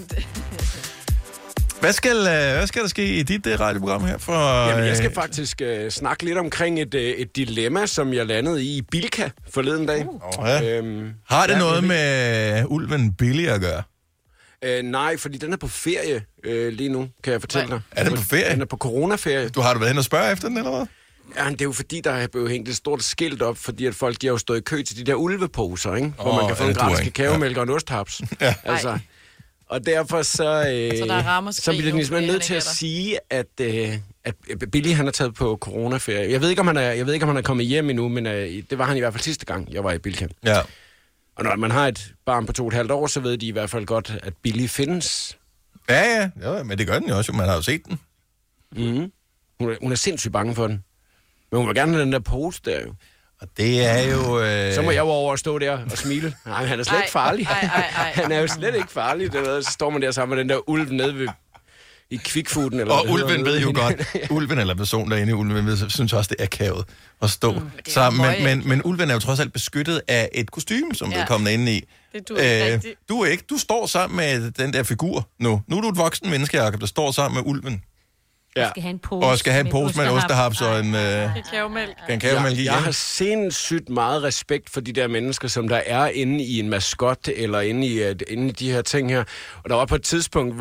Hvad skal der ske i dit radioprogram her? Jamen, jeg skal faktisk snakke lidt omkring et dilemma, som jeg landede i Bilka forleden dag. Har det noget med ulven Billy at gøre? Nej, fordi den er på ferie lige nu, kan jeg fortælle dig. Er den på ferie? Den er på coronaferie. Du har været hen og spørge efter den, eller hvad? Ja, det er jo fordi, der er blevet hængt et stort skilt op, fordi at folk de har jo stået i kø til de der ulveposer, ikke? Hvor man kan få en gratis kakaomælk og en osthaps. Ja. Altså, og derfor så bliver det ligesom nødt til at sige, at Billy han er taget på coronaferie. Jeg ved ikke, om han er kommet hjem endnu, men det var han i hvert fald sidste gang, jeg var i Bilka. Ja. Og når man har et barn på 2,5 år, så ved de i hvert fald godt, at Billy findes. Ja, men det gør den jo også. Man har jo set den. Mm-hmm. Hun er sindssygt bange for den. Men hun vil gerne have den der pose der jo. Og det er jo... Så må jeg jo over og stå der og smile. Nej, han er slet ikke farlig. Han er jo slet ikke farlig. Så står man der sammen med den der ulv nede i Quickfooden. Eller og ulven ved jo godt, ulven eller personen derinde i ulven, synes også, det er akavet at stå sammen. Men ulven er jo trods alt beskyttet af et kostume, som er kommet inde i. Du er ikke. Du står sammen med den der figur nu. Nu er du et voksen menneske, Jacob, der står sammen med ulven. Ja. Skal have en pose. Og skal have en pose med en ostehaps og en kakaomælk i. Jeg har sindssygt meget respekt for de der mennesker, som der er inde i en maskot, eller inde i de her ting her. Og der var på et tidspunkt,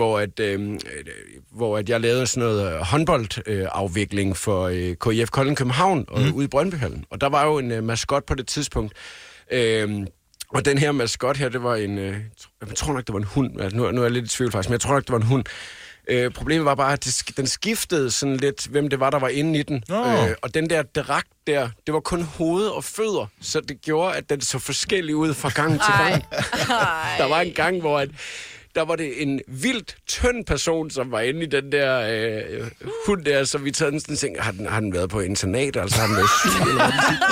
hvor jeg lavede sådan noget håndboldafvikling for KIF Kolding København ude i Brøndbyhallen. Og der var jo en maskot på det tidspunkt. Og den her maskot her, det var en... jeg tror nok, det var en hund. Altså, nu er jeg lidt i tvivl faktisk, men jeg tror nok, det var en hund. Problemet var bare, at den skiftede sådan lidt, hvem det var, der var inde i den. Og den der dragt der, det var kun hoved og fødder, så det gjorde, at den så forskellig ud fra gang til gang. Der var en gang, hvor der var det en vildt tynd person, som var inde i den der hund der, så vi tager den tænkte, har den været på internat, altså har den været syg, eller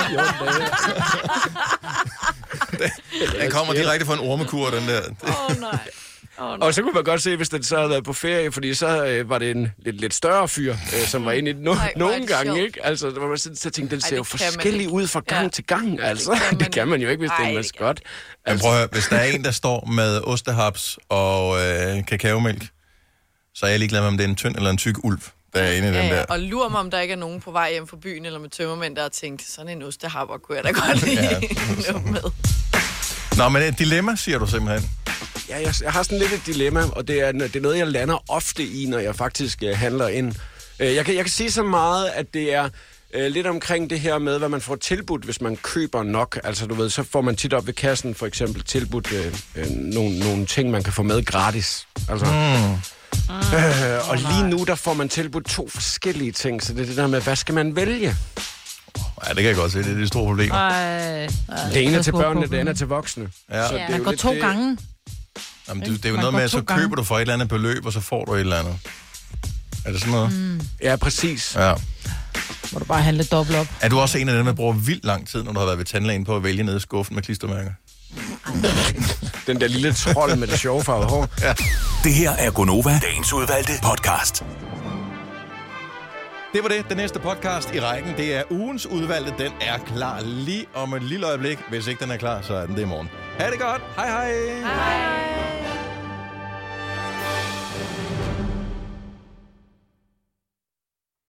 den kommer direkte fra en ormekur, den der. Nej. Og så kunne man godt se, hvis den så havde været på ferie, fordi så var det en lidt større fyr, som var inde i den nogle gange, ikke? Altså, der var så tænkte, den ser jo forskellig ud fra gang til gang, altså. Det kan man jo ikke, hvis det er en maskot. Altså. Prøv at høre, hvis der er en, der står med ostehaps og kakaomælk, så er jeg ligeglad med, om det er en tynd eller en tyk ulv, der er inde i den der. Og lurer mig, om der ikke er nogen på vej hjem fra byen, eller med tømmermænd, der har tænkt, sådan en ostehapper kunne jeg da godt lide med. Nå, men et dilemma, siger du simpelthen. Ja, jeg har sådan lidt et dilemma, og det er noget, jeg lander ofte i, når jeg faktisk handler ind. Jeg kan sige så meget, at det er lidt omkring det her med, hvad man får tilbudt, hvis man køber nok. Altså, du ved, så får man tit op ved kassen for eksempel tilbudt nogle ting, man kan få med gratis. Altså, og lige nu, der får man tilbudt 2 forskellige ting, så det er det der med, hvad skal man vælge? Ja, det kan jeg godt se. Det er det store problem. Det ene er til børnene, det andet er til voksne. Ja. Så man går 2 gange. Jamen, det er jo noget med, at så køber du for et eller andet beløb, og så får du et eller andet. Er det sådan noget? Ja, præcis. Ja. Må du bare handle dobbelt op. Er du også en af dem, der bruger vildt lang tid, når du har været ved tandlægen på at vælge nede i skuffen med klistermærker? Den der lille trold med det sjove farvede hår. Ja. Det her er Gonova, dagens udvalgte podcast. Det var det. Den næste podcast i rækken, det er ugens udvalgte. Den er klar lige om et lille øjeblik. Hvis ikke den er klar, så er den det i morgen. Ha' det godt. Hej hej. Hej.